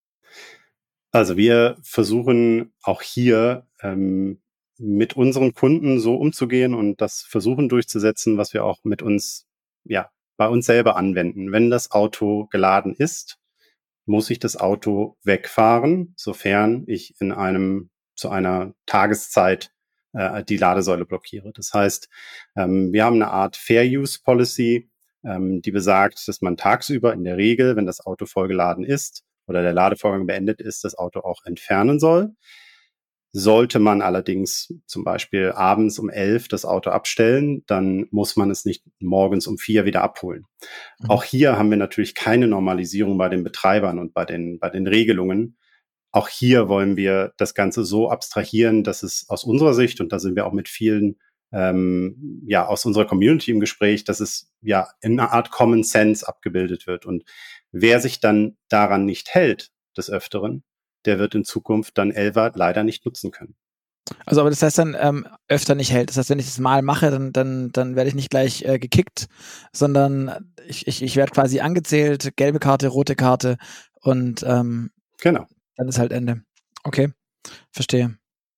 Also wir versuchen auch hier ähm, mit unseren Kunden so umzugehen und das versuchen durchzusetzen, was wir auch mit uns, ja, bei uns selber anwenden. Wenn das Auto geladen ist, muss ich das Auto wegfahren, sofern ich in einem zu einer Tageszeit äh, die Ladesäule blockiere. Das heißt, ähm, wir haben eine Art Fair Use Policy, ähm, die besagt, dass man tagsüber in der Regel, wenn das Auto vollgeladen ist oder der Ladevorgang beendet ist, das Auto auch entfernen soll. Sollte man allerdings zum Beispiel abends um elf das Auto abstellen, dann muss man es nicht morgens um vier wieder abholen. Mhm. Auch hier haben wir natürlich keine Normalisierung bei den Betreibern und bei den, bei den Regelungen. Auch hier wollen wir das Ganze so abstrahieren, dass es aus unserer Sicht, und da sind wir auch mit vielen ähm, ja aus unserer Community im Gespräch, dass es ja in einer Art Common Sense abgebildet wird. Und wer sich dann daran nicht hält, des Öfteren, der wird in Zukunft dann Elva leider nicht nutzen können. Also, aber das heißt dann ähm, öfter nicht hält. Das heißt, wenn ich das mal mache, dann dann dann werde ich nicht gleich äh, gekickt, sondern ich ich ich werde quasi angezählt, gelbe Karte, rote Karte und ähm, genau. Dann ist halt Ende. Okay, verstehe.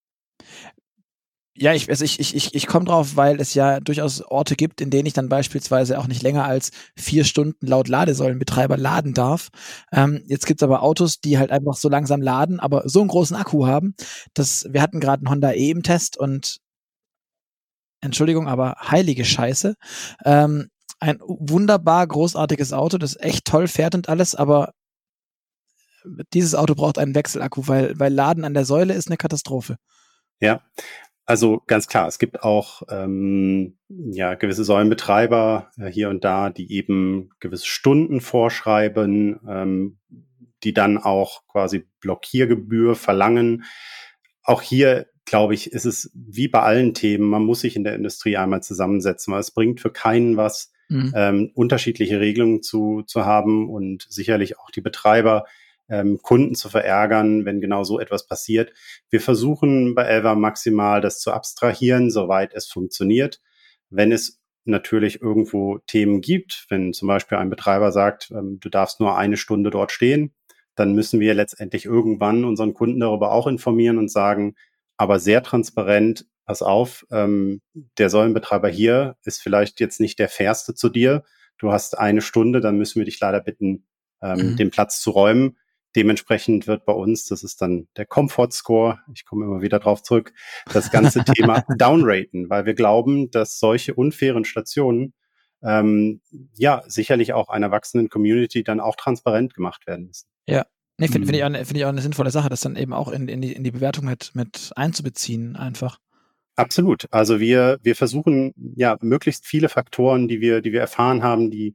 Ja, ich, also ich, ich, ich, ich komme drauf, weil es ja durchaus Orte gibt, in denen ich dann beispielsweise auch nicht länger als vier Stunden laut Ladesäulenbetreiber laden darf. Ähm, jetzt gibt's aber Autos, die halt einfach so langsam laden, aber so einen großen Akku haben, dass wir hatten gerade einen Honda E im Test und Entschuldigung, aber heilige Scheiße. Ähm, ein wunderbar großartiges Auto, das echt toll fährt und alles, aber dieses Auto braucht einen Wechselakku, weil, weil Laden an der Säule ist eine Katastrophe. Ja, also ganz klar, es gibt auch ähm, ja gewisse Säulenbetreiber äh, hier und da, die eben gewisse Stunden vorschreiben, ähm, die dann auch quasi Blockiergebühr verlangen. Auch hier, glaube ich, ist es wie bei allen Themen, man muss sich in der Industrie einmal zusammensetzen, weil es bringt für keinen was, mhm. ähm, unterschiedliche Regelungen zu, zu haben und sicherlich auch die Betreiber Ähm, Kunden zu verärgern, wenn genau so etwas passiert. Wir versuchen bei Elva maximal das zu abstrahieren, soweit es funktioniert. Wenn es natürlich irgendwo Themen gibt, wenn zum Beispiel ein Betreiber sagt, ähm, du darfst nur eine Stunde dort stehen, dann müssen wir letztendlich irgendwann unseren Kunden darüber auch informieren und sagen, aber sehr transparent, pass auf, ähm, der Säulenbetreiber hier ist vielleicht jetzt nicht der fairste zu dir. Du hast eine Stunde, dann müssen wir dich leider bitten, ähm, Mhm. den Platz zu räumen. Dementsprechend wird bei uns, das ist dann der Comfort Score, ich komme immer wieder drauf zurück, das ganze Thema downraten, weil wir glauben, dass solche unfairen Stationen ähm, ja sicherlich auch einer wachsenden Community dann auch transparent gemacht werden müssen. Ja, nee, finde find ich, Mhm. auch eine- find ich auch eine sinnvolle Sache, das dann eben auch in, in, die, in die Bewertung mit, mit einzubeziehen einfach. Absolut. Also wir, wir versuchen ja möglichst viele Faktoren, die wir, die wir erfahren haben, die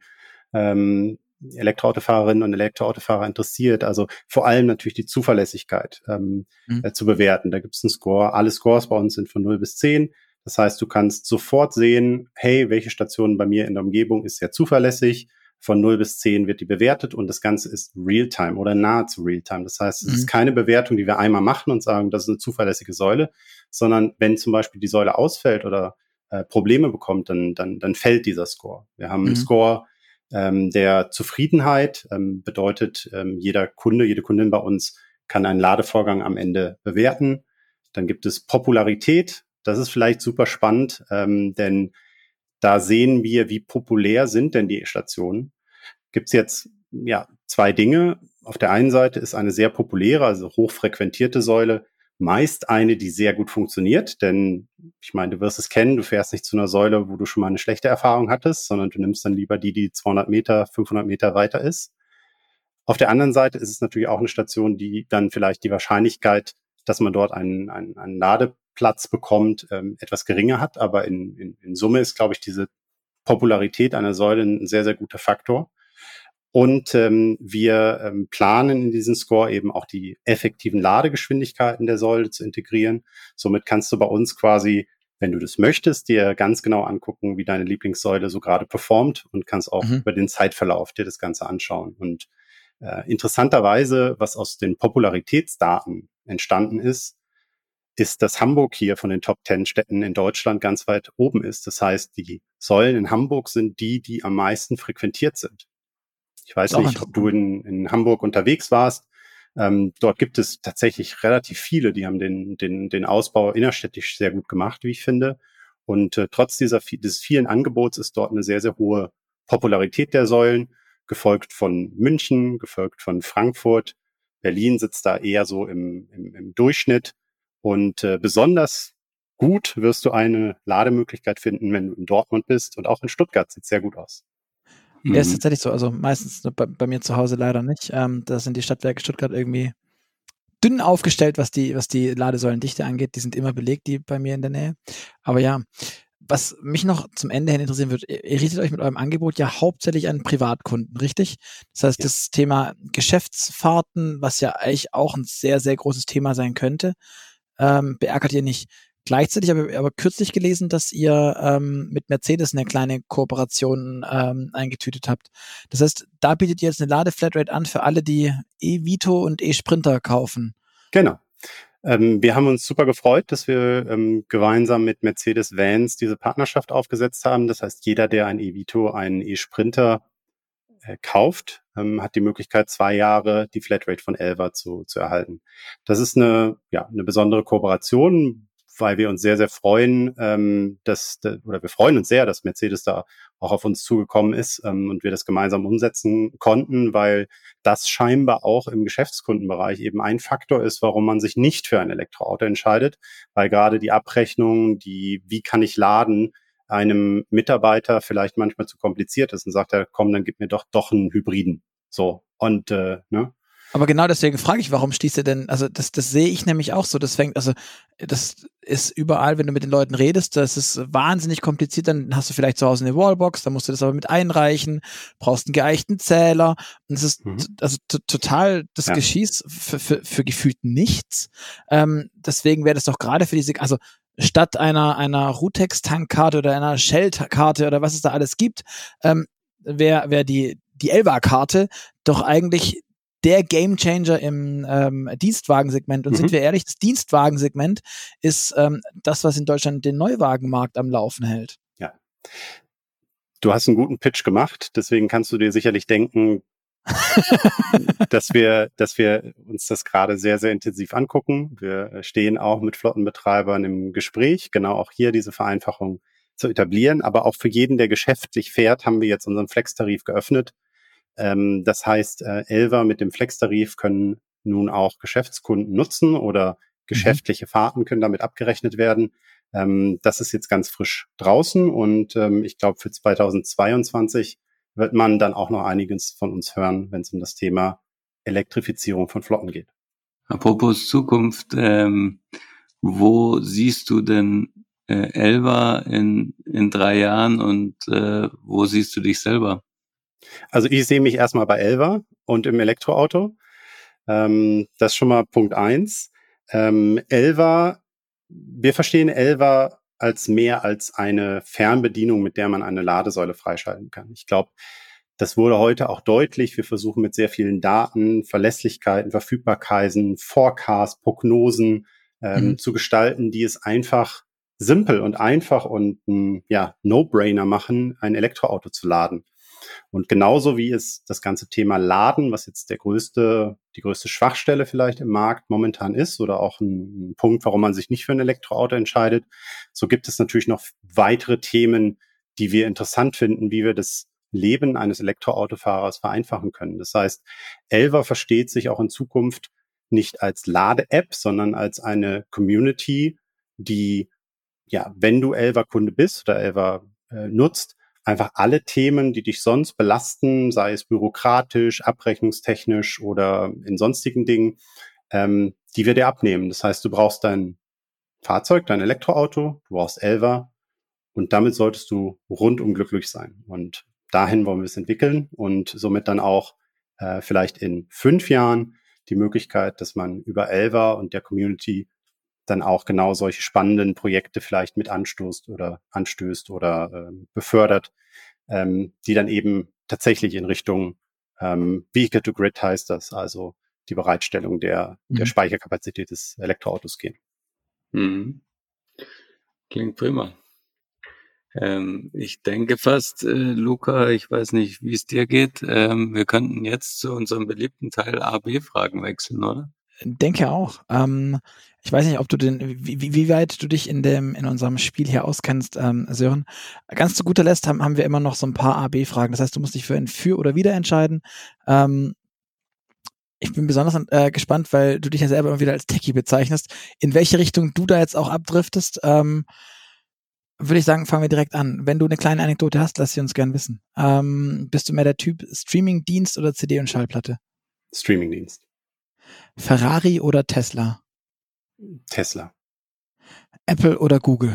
ähm, Elektroautofahrerinnen und Elektroautofahrer interessiert. Also vor allem natürlich die Zuverlässigkeit ähm, Mhm. äh, zu bewerten. Da gibt es einen Score. Alle Scores bei uns sind von null bis zehn. Das heißt, du kannst sofort sehen, hey, welche Station bei mir in der Umgebung ist sehr zuverlässig. Von null bis zehn wird die bewertet und das Ganze ist Realtime oder nahezu Realtime. Das heißt, es Mhm. ist keine Bewertung, die wir einmal machen und sagen, das ist eine zuverlässige Säule, sondern wenn zum Beispiel die Säule ausfällt oder äh, Probleme bekommt, dann, dann, dann fällt dieser Score. Wir haben einen Mhm. Score ähm, der Zufriedenheit, ähm, bedeutet, ähm, jeder Kunde, jede Kundin bei uns kann einen Ladevorgang am Ende bewerten. Dann gibt es Popularität. Das ist vielleicht super spannend, ähm, denn da sehen wir, wie populär sind denn die Stationen. Gibt es jetzt ja zwei Dinge. Auf der einen Seite ist eine sehr populäre, also hochfrequentierte Säule meist eine, die sehr gut funktioniert, denn ich meine, du wirst es kennen, du fährst nicht zu einer Säule, wo du schon mal eine schlechte Erfahrung hattest, sondern du nimmst dann lieber die, die zweihundert Meter, fünfhundert Meter weiter ist. Auf der anderen Seite ist es natürlich auch eine Station, die dann vielleicht die Wahrscheinlichkeit, dass man dort einen, einen, einen Ladeplatz bekommt, ähm, etwas geringer hat, aber in, in, in Summe ist, glaube ich, diese Popularität einer Säule ein sehr, sehr guter Faktor. Und ähm, wir ähm, planen in diesen Score eben auch die effektiven Ladegeschwindigkeiten der Säule zu integrieren. Somit kannst du bei uns quasi, wenn du das möchtest, dir ganz genau angucken, wie deine Lieblingssäule so gerade performt und kannst auch Mhm. über den Zeitverlauf dir das Ganze anschauen. Und äh, interessanterweise, was aus den Popularitätsdaten entstanden ist, ist, dass Hamburg hier von den Top Ten Städten in Deutschland ganz weit oben ist. Das heißt, die Säulen in Hamburg sind die, die am meisten frequentiert sind. Ich weiß Ist auch nicht, ob du interessant. in, in Hamburg unterwegs warst. Ähm, dort gibt es tatsächlich relativ viele, die haben den, den, den Ausbau innerstädtisch sehr gut gemacht, wie ich finde. Und äh, trotz dieser, dieses vielen Angebots ist dort eine sehr, sehr hohe Popularität der Säulen, gefolgt von München, gefolgt von Frankfurt. Berlin sitzt da eher so im, im, im Durchschnitt. Und äh, besonders gut wirst du eine Lademöglichkeit finden, wenn du in Dortmund bist. Und auch in Stuttgart sieht es sehr gut aus. Ja, ist Mhm. tatsächlich so. Also meistens bei, bei mir zu Hause leider nicht. Ähm, da sind die Stadtwerke Stuttgart irgendwie dünn aufgestellt, was die, was die Ladesäulendichte angeht. Die sind immer belegt, die bei mir in der Nähe. Aber ja, was mich noch zum Ende hin interessieren wird, ihr richtet euch mit eurem Angebot ja hauptsächlich an Privatkunden, richtig? Das heißt, Ja. das Thema Geschäftsfahrten, was ja eigentlich auch ein sehr, sehr großes Thema sein könnte, ähm, beärgert ihr nicht. Gleichzeitig habe ich aber kürzlich gelesen, dass ihr ähm, mit Mercedes eine kleine Kooperation ähm, eingetütet habt. Das heißt, da bietet ihr jetzt eine Ladeflatrate an für alle, die E-Vito und E-Sprinter kaufen. Genau. Ähm, wir haben uns super gefreut, dass wir ähm, gemeinsam mit Mercedes-Vans diese Partnerschaft aufgesetzt haben. Das heißt, jeder, der ein E-Vito, einen E-Sprinter äh, kauft, ähm, hat die Möglichkeit, zwei Jahre die Flatrate von Elva zu, zu erhalten. Das ist eine, ja, eine besondere Kooperation, weil wir uns sehr, sehr freuen, ähm, dass, oder wir freuen uns sehr, dass Mercedes da auch auf uns zugekommen ist ähm, und wir das gemeinsam umsetzen konnten, weil das scheinbar auch im Geschäftskundenbereich eben ein Faktor ist, warum man sich nicht für ein Elektroauto entscheidet, weil gerade die Abrechnung, die, wie kann ich laden, einem Mitarbeiter vielleicht manchmal zu kompliziert ist und sagt er, komm, dann gib mir doch doch einen Hybriden. So, und äh, ne? Aber genau deswegen frage ich, warum stieß ihr denn, also das, das sehe ich nämlich auch so, das fängt, also das ist überall, wenn du mit den Leuten redest, das ist wahnsinnig kompliziert, dann hast du vielleicht zu Hause eine Wallbox, dann musst du das aber mit einreichen, brauchst einen geeichten Zähler und es ist Mhm. also t- total das Ja. Geschieß für, für, für gefühlt nichts. Ähm, deswegen wäre das doch gerade für diese, also statt einer, einer Rutex-Tankkarte oder einer Shell-Karte oder was es da alles gibt, ähm, wäre wär die, die Elva-Karte doch eigentlich der Gamechanger im ähm, Dienstwagensegment. Und Mhm. sind wir ehrlich, das Dienstwagensegment ist ähm, das, was in Deutschland den Neuwagenmarkt am Laufen hält. Ja. Du hast einen guten Pitch gemacht, deswegen kannst du dir sicherlich denken, dass wir, dass wir uns das gerade sehr, sehr intensiv angucken. Wir stehen auch mit Flottenbetreibern im Gespräch, genau auch hier diese Vereinfachung zu etablieren. Aber auch für jeden, der geschäftlich fährt, haben wir jetzt unseren Flex-Tarif geöffnet. Ähm, das heißt, äh, Elva mit dem Flex-Tarif können nun auch Geschäftskunden nutzen oder geschäftliche mhm. Fahrten können damit abgerechnet werden. Ähm, das ist jetzt ganz frisch draußen und ähm, ich glaube, für zweitausendzweiundzwanzig wird man dann auch noch einiges von uns hören, wenn es um das Thema Elektrifizierung von Flotten geht. Apropos Zukunft, ähm, wo siehst du denn äh, Elva in, in drei Jahren und äh, wo siehst du dich selber? Also ich sehe mich erstmal bei Elva und im Elektroauto. Ähm, das ist schon mal Punkt eins. Ähm, Elva, wir verstehen Elva als mehr als eine Fernbedienung, mit der man eine Ladesäule freischalten kann. Ich glaube, das wurde heute auch deutlich. Wir versuchen mit sehr vielen Daten, Verlässlichkeiten, Verfügbarkeiten, Forecasts, Prognosen ähm, mhm. zu gestalten, die es einfach simpel und einfach und ein ja, No-Brainer machen, ein Elektroauto zu laden. Und genauso wie es das ganze Thema Laden, was jetzt der größte, die größte Schwachstelle vielleicht im Markt momentan ist oder auch ein, ein Punkt, warum man sich nicht für ein Elektroauto entscheidet, so gibt es natürlich noch weitere Themen, die wir interessant finden, wie wir das Leben eines Elektroautofahrers vereinfachen können. Das heißt, Elva versteht sich auch in Zukunft nicht als Lade-App, sondern als eine Community, die, ja, wenn du Elva-Kunde bist oder Elva äh, nutzt, einfach alle Themen, die dich sonst belasten, sei es bürokratisch, abrechnungstechnisch oder in sonstigen Dingen, ähm, die wir dir abnehmen. Das heißt, du brauchst dein Fahrzeug, dein Elektroauto, du brauchst Elva und damit solltest du rundum glücklich sein. Und dahin wollen wir es entwickeln und somit dann auch äh, vielleicht in fünf Jahren die Möglichkeit, dass man über Elva und der Community dann auch genau solche spannenden Projekte vielleicht mit anstoßt oder anstößt oder ähm, befördert, ähm, die dann eben tatsächlich in Richtung ähm, Vehicle to Grid heißt das, also die Bereitstellung der, mhm. der Speicherkapazität des Elektroautos gehen. Mhm. Klingt prima. Ähm, ich denke fast, äh, Luca, ich weiß nicht, wie es dir geht, ähm, wir könnten jetzt zu unserem beliebten Teil A B-Fragen wechseln, oder? Denke auch. Ähm, ich weiß nicht, ob du den, wie, wie weit du dich in dem, in unserem Spiel hier auskennst, ähm, Sören. Ganz zu guter Letzt haben, haben wir immer noch so ein paar A B-Fragen. Das heißt, du musst dich für ein Für oder Wider entscheiden. Ähm, ich bin besonders äh, gespannt, weil du dich ja selber immer wieder als Techie bezeichnest. In welche Richtung du da jetzt auch abdriftest, ähm, würde ich sagen, fangen wir direkt an. Wenn du eine kleine Anekdote hast, lass sie uns gern wissen. Ähm, bist du mehr der Typ Streaming-Dienst oder C D und Schallplatte? Streaming-Dienst. Ferrari oder Tesla? Tesla. Apple oder Google?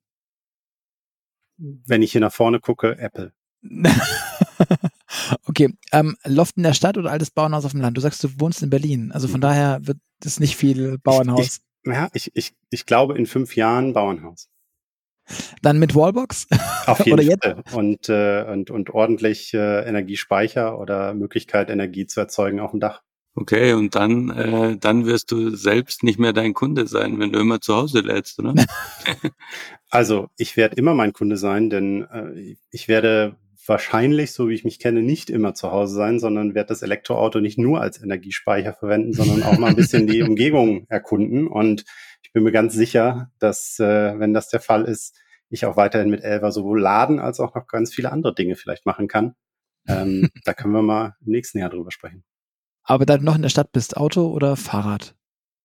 Wenn ich hier nach vorne gucke, Apple. Okay, ähm, Loft in der Stadt oder altes Bauernhaus auf dem Land? Du sagst, du wohnst in Berlin, also von mhm. daher wird es nicht viel Bauernhaus. Ich, ich, ja, ich, ich, ich glaube in fünf Jahren Bauernhaus. Dann mit Wallbox? Auf jeden oder Fall. Jetzt? Und, äh, und, und ordentlich äh, Energiespeicher oder Möglichkeit, Energie zu erzeugen auf dem Dach. Okay, und dann, äh, dann wirst du selbst nicht mehr dein Kunde sein, wenn du immer zu Hause lädst, oder? Also ich werde immer mein Kunde sein, denn äh, ich werde wahrscheinlich, so wie ich mich kenne, nicht immer zu Hause sein, sondern werde das Elektroauto nicht nur als Energiespeicher verwenden, sondern auch mal ein bisschen die Umgebung erkunden. Und ich bin mir ganz sicher, dass, äh, wenn das der Fall ist, ich auch weiterhin mit Elva sowohl laden als auch noch ganz viele andere Dinge vielleicht machen kann. Ähm, da können wir mal im nächsten Jahr drüber sprechen. Aber da du noch in der Stadt bist, Auto oder Fahrrad?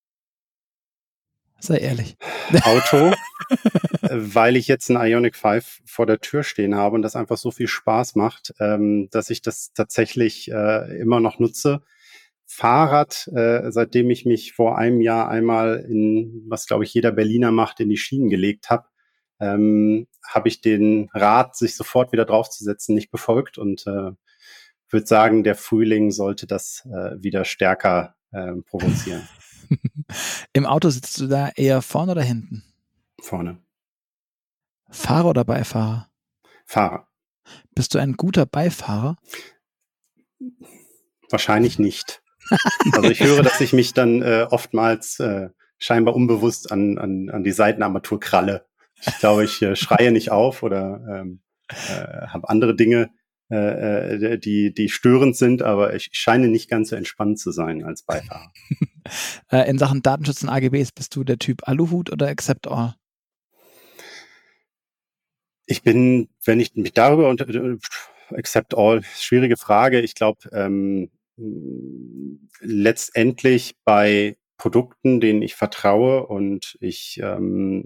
Sei ehrlich. Auto, weil ich jetzt einen Ioniq fünf vor der Tür stehen habe und das einfach so viel Spaß macht, ähm, dass ich das tatsächlich äh, immer noch nutze. Fahrrad, äh, seitdem ich mich vor einem Jahr einmal in, was glaube ich jeder Berliner macht, in die Schienen gelegt habe, ähm, habe ich den Rat, sich sofort wieder draufzusetzen, nicht befolgt und äh, würde sagen, der Frühling sollte das äh, wieder stärker äh, provozieren. Im Auto sitzt du da eher vorne oder hinten? Vorne. Fahrer oder Beifahrer? Fahrer. Bist du ein guter Beifahrer? Wahrscheinlich nicht. Also ich höre, dass ich mich dann äh, oftmals äh, scheinbar unbewusst an, an, an die Seitenarmatur kralle. Ich glaube, ich äh, schreie nicht auf oder ähm, äh, habe andere Dinge, äh, die, die störend sind, aber ich scheine nicht ganz so entspannt zu sein als Beifahrer. In Sachen Datenschutz und A G Bs, bist du der Typ Aluhut oder Accept All? Ich bin, wenn ich mich darüber unter, Accept All, schwierige Frage. Ich glaube, ähm, letztendlich bei Produkten, denen ich vertraue und ich ähm,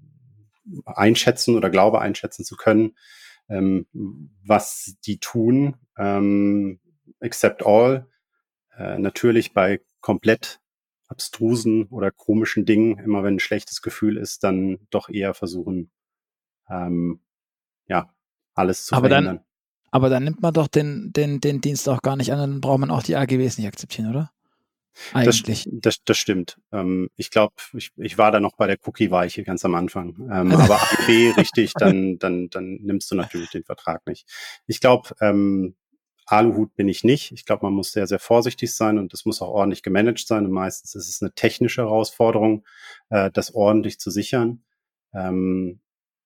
einschätzen oder glaube einschätzen zu können, ähm, was die tun. Ähm, Accept All. Äh, natürlich bei komplett abstrusen oder komischen Dingen, immer wenn ein schlechtes Gefühl ist, dann doch eher versuchen, ähm, ja, alles zu aber verhindern. Dann, aber dann nimmt man doch den, den, den Dienst auch gar nicht an, dann braucht man auch die A G Bs nicht akzeptieren, oder? Eigentlich. Das, das, das stimmt. Ähm, ich glaube, ich, ich war da noch bei der Cookie-Weiche ganz am Anfang. Ähm, aber A G B richtig, dann, dann, dann nimmst du natürlich den Vertrag nicht. Ich glaube, ähm, Aluhut bin ich nicht. Ich glaube, man muss sehr, sehr vorsichtig sein und das muss auch ordentlich gemanagt sein. Und meistens ist es eine technische Herausforderung, äh, das ordentlich zu sichern. Ähm,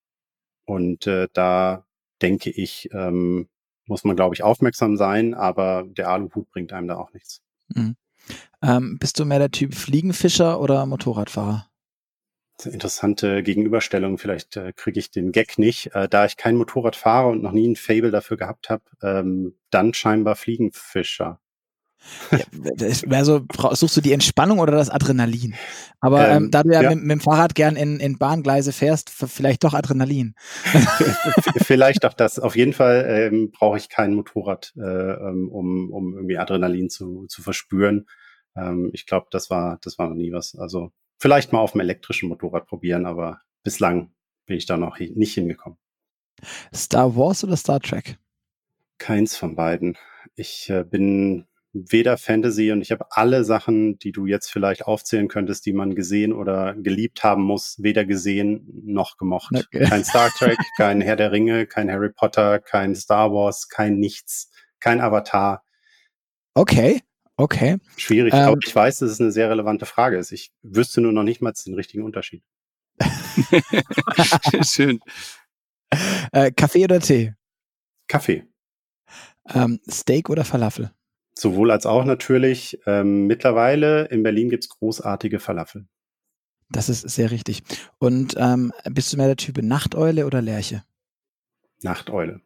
und äh, da denke ich, ähm, muss man, glaube ich, aufmerksam sein, aber der Aluhut bringt einem da auch nichts. Mhm. Ähm, bist du mehr der Typ Fliegenfischer oder Motorradfahrer? Interessante Gegenüberstellung. Vielleicht äh, kriege ich den Gag nicht. Äh, da ich kein Motorrad fahre und noch nie ein Faible dafür gehabt habe, ähm, dann scheinbar Fliegenfischer. Ja, also suchst du die Entspannung oder das Adrenalin? Aber ähm, ähm, da du ja, ja. Mit, mit dem Fahrrad gern in, in Bahngleise fährst, vielleicht doch Adrenalin. Vielleicht auch das. Auf jeden Fall ähm, brauche ich kein Motorrad, äh, um, um irgendwie Adrenalin zu, zu verspüren. Ähm, ich glaube, das war, das war noch nie was. Also vielleicht mal auf dem elektrischen Motorrad probieren, aber bislang bin ich da noch nicht hingekommen. Star Wars oder Star Trek? Keins von beiden. Ich äh, bin weder Fantasy und ich habe alle Sachen, die du jetzt vielleicht aufzählen könntest, die man gesehen oder geliebt haben muss, weder gesehen noch gemocht. Okay. Kein Star Trek, kein Herr der Ringe, kein Harry Potter, kein Star Wars, kein nichts, kein Avatar. Okay. Okay. Schwierig, ähm, aber ich weiß, dass es eine sehr relevante Frage ist. Ich wüsste nur noch nicht mal den richtigen Unterschied. Schön. Äh, Kaffee oder Tee? Kaffee. Ähm, Steak oder Falafel? Sowohl als auch natürlich. Ähm, mittlerweile in Berlin gibt's großartige Falafel. Das ist sehr richtig. Und ähm, bist du mehr der Typ Nachteule oder Lerche? Nachteule.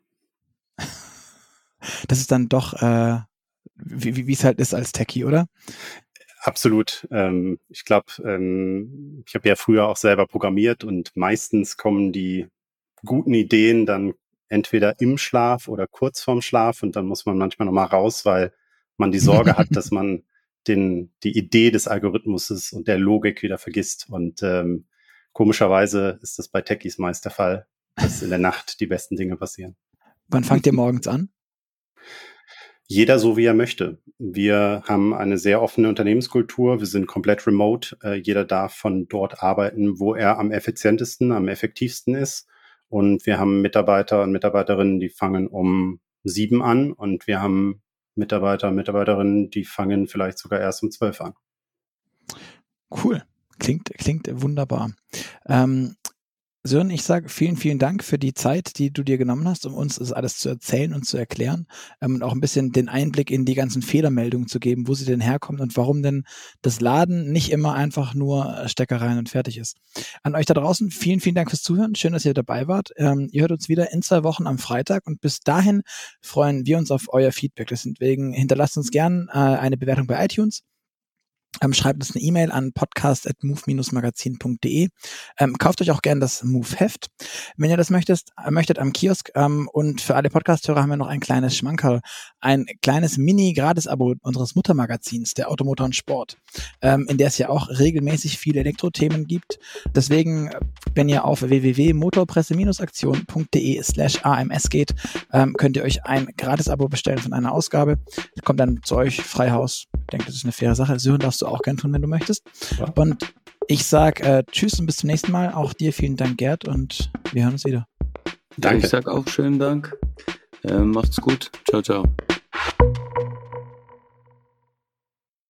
Das ist dann doch... Äh wie es halt ist als Techie, oder? Absolut. Ähm, ich glaube, ähm, ich habe ja früher auch selber programmiert und meistens kommen die guten Ideen dann entweder im Schlaf oder kurz vorm Schlaf und dann muss man manchmal nochmal raus, weil man die Sorge hat, dass man den die Idee des Algorithmuses und der Logik wieder vergisst. Und ähm, komischerweise ist das bei Techies meist der Fall, dass in der Nacht die besten Dinge passieren. Wann fangt ihr morgens an? Jeder so, wie er möchte. Wir haben eine sehr offene Unternehmenskultur. Wir sind komplett remote. Äh, jeder darf von dort arbeiten, wo er am effizientesten, am effektivsten ist. Und wir haben Mitarbeiter und Mitarbeiterinnen, die fangen um sieben an. Und wir haben Mitarbeiter und Mitarbeiterinnen, die fangen vielleicht sogar erst um zwölf an. Cool. Klingt, klingt wunderbar. Ähm, Sören, ich sage vielen, vielen Dank für die Zeit, die du dir genommen hast, um uns das alles zu erzählen und zu erklären ähm, und auch ein bisschen den Einblick in die ganzen Fehlermeldungen zu geben, wo sie denn herkommen und warum denn das Laden nicht immer einfach nur Steckereien und fertig ist. An euch da draußen, vielen, vielen Dank fürs Zuhören. Schön, dass ihr dabei wart. Ähm, ihr hört uns wieder in zwei Wochen am Freitag und bis dahin freuen wir uns auf euer Feedback. Deswegen hinterlasst uns gern äh, eine Bewertung bei iTunes. Ähm, schreibt uns eine E-Mail an podcast at move dash magazin punkt de. Ähm, kauft euch auch gerne das Move-Heft, wenn ihr das möchtet, äh, möchtet am Kiosk. Ähm, und für alle Podcast-Hörer haben wir noch ein kleines Schmankerl, ein kleines Mini-Gratis-Abo unseres Muttermagazins, der Automotor und Sport, ähm, in der es ja auch regelmäßig viele Elektro-Themen gibt. Deswegen, wenn ihr auf w w w punkt motorpresse-aktion punkt de slash a m s geht, ähm, könnt ihr euch ein Gratis-Abo bestellen von einer Ausgabe. Das kommt dann zu euch frei Haus. Ich denke, das ist eine faire Sache. Sören, darfst du auch gern tun, wenn du möchtest. Ja. Und ich sag äh, tschüss und bis zum nächsten Mal. Auch dir vielen Dank, Gerd, und wir hören uns wieder. Danke. Ich sag auch schönen Dank. Äh, macht's gut. Ciao, ciao.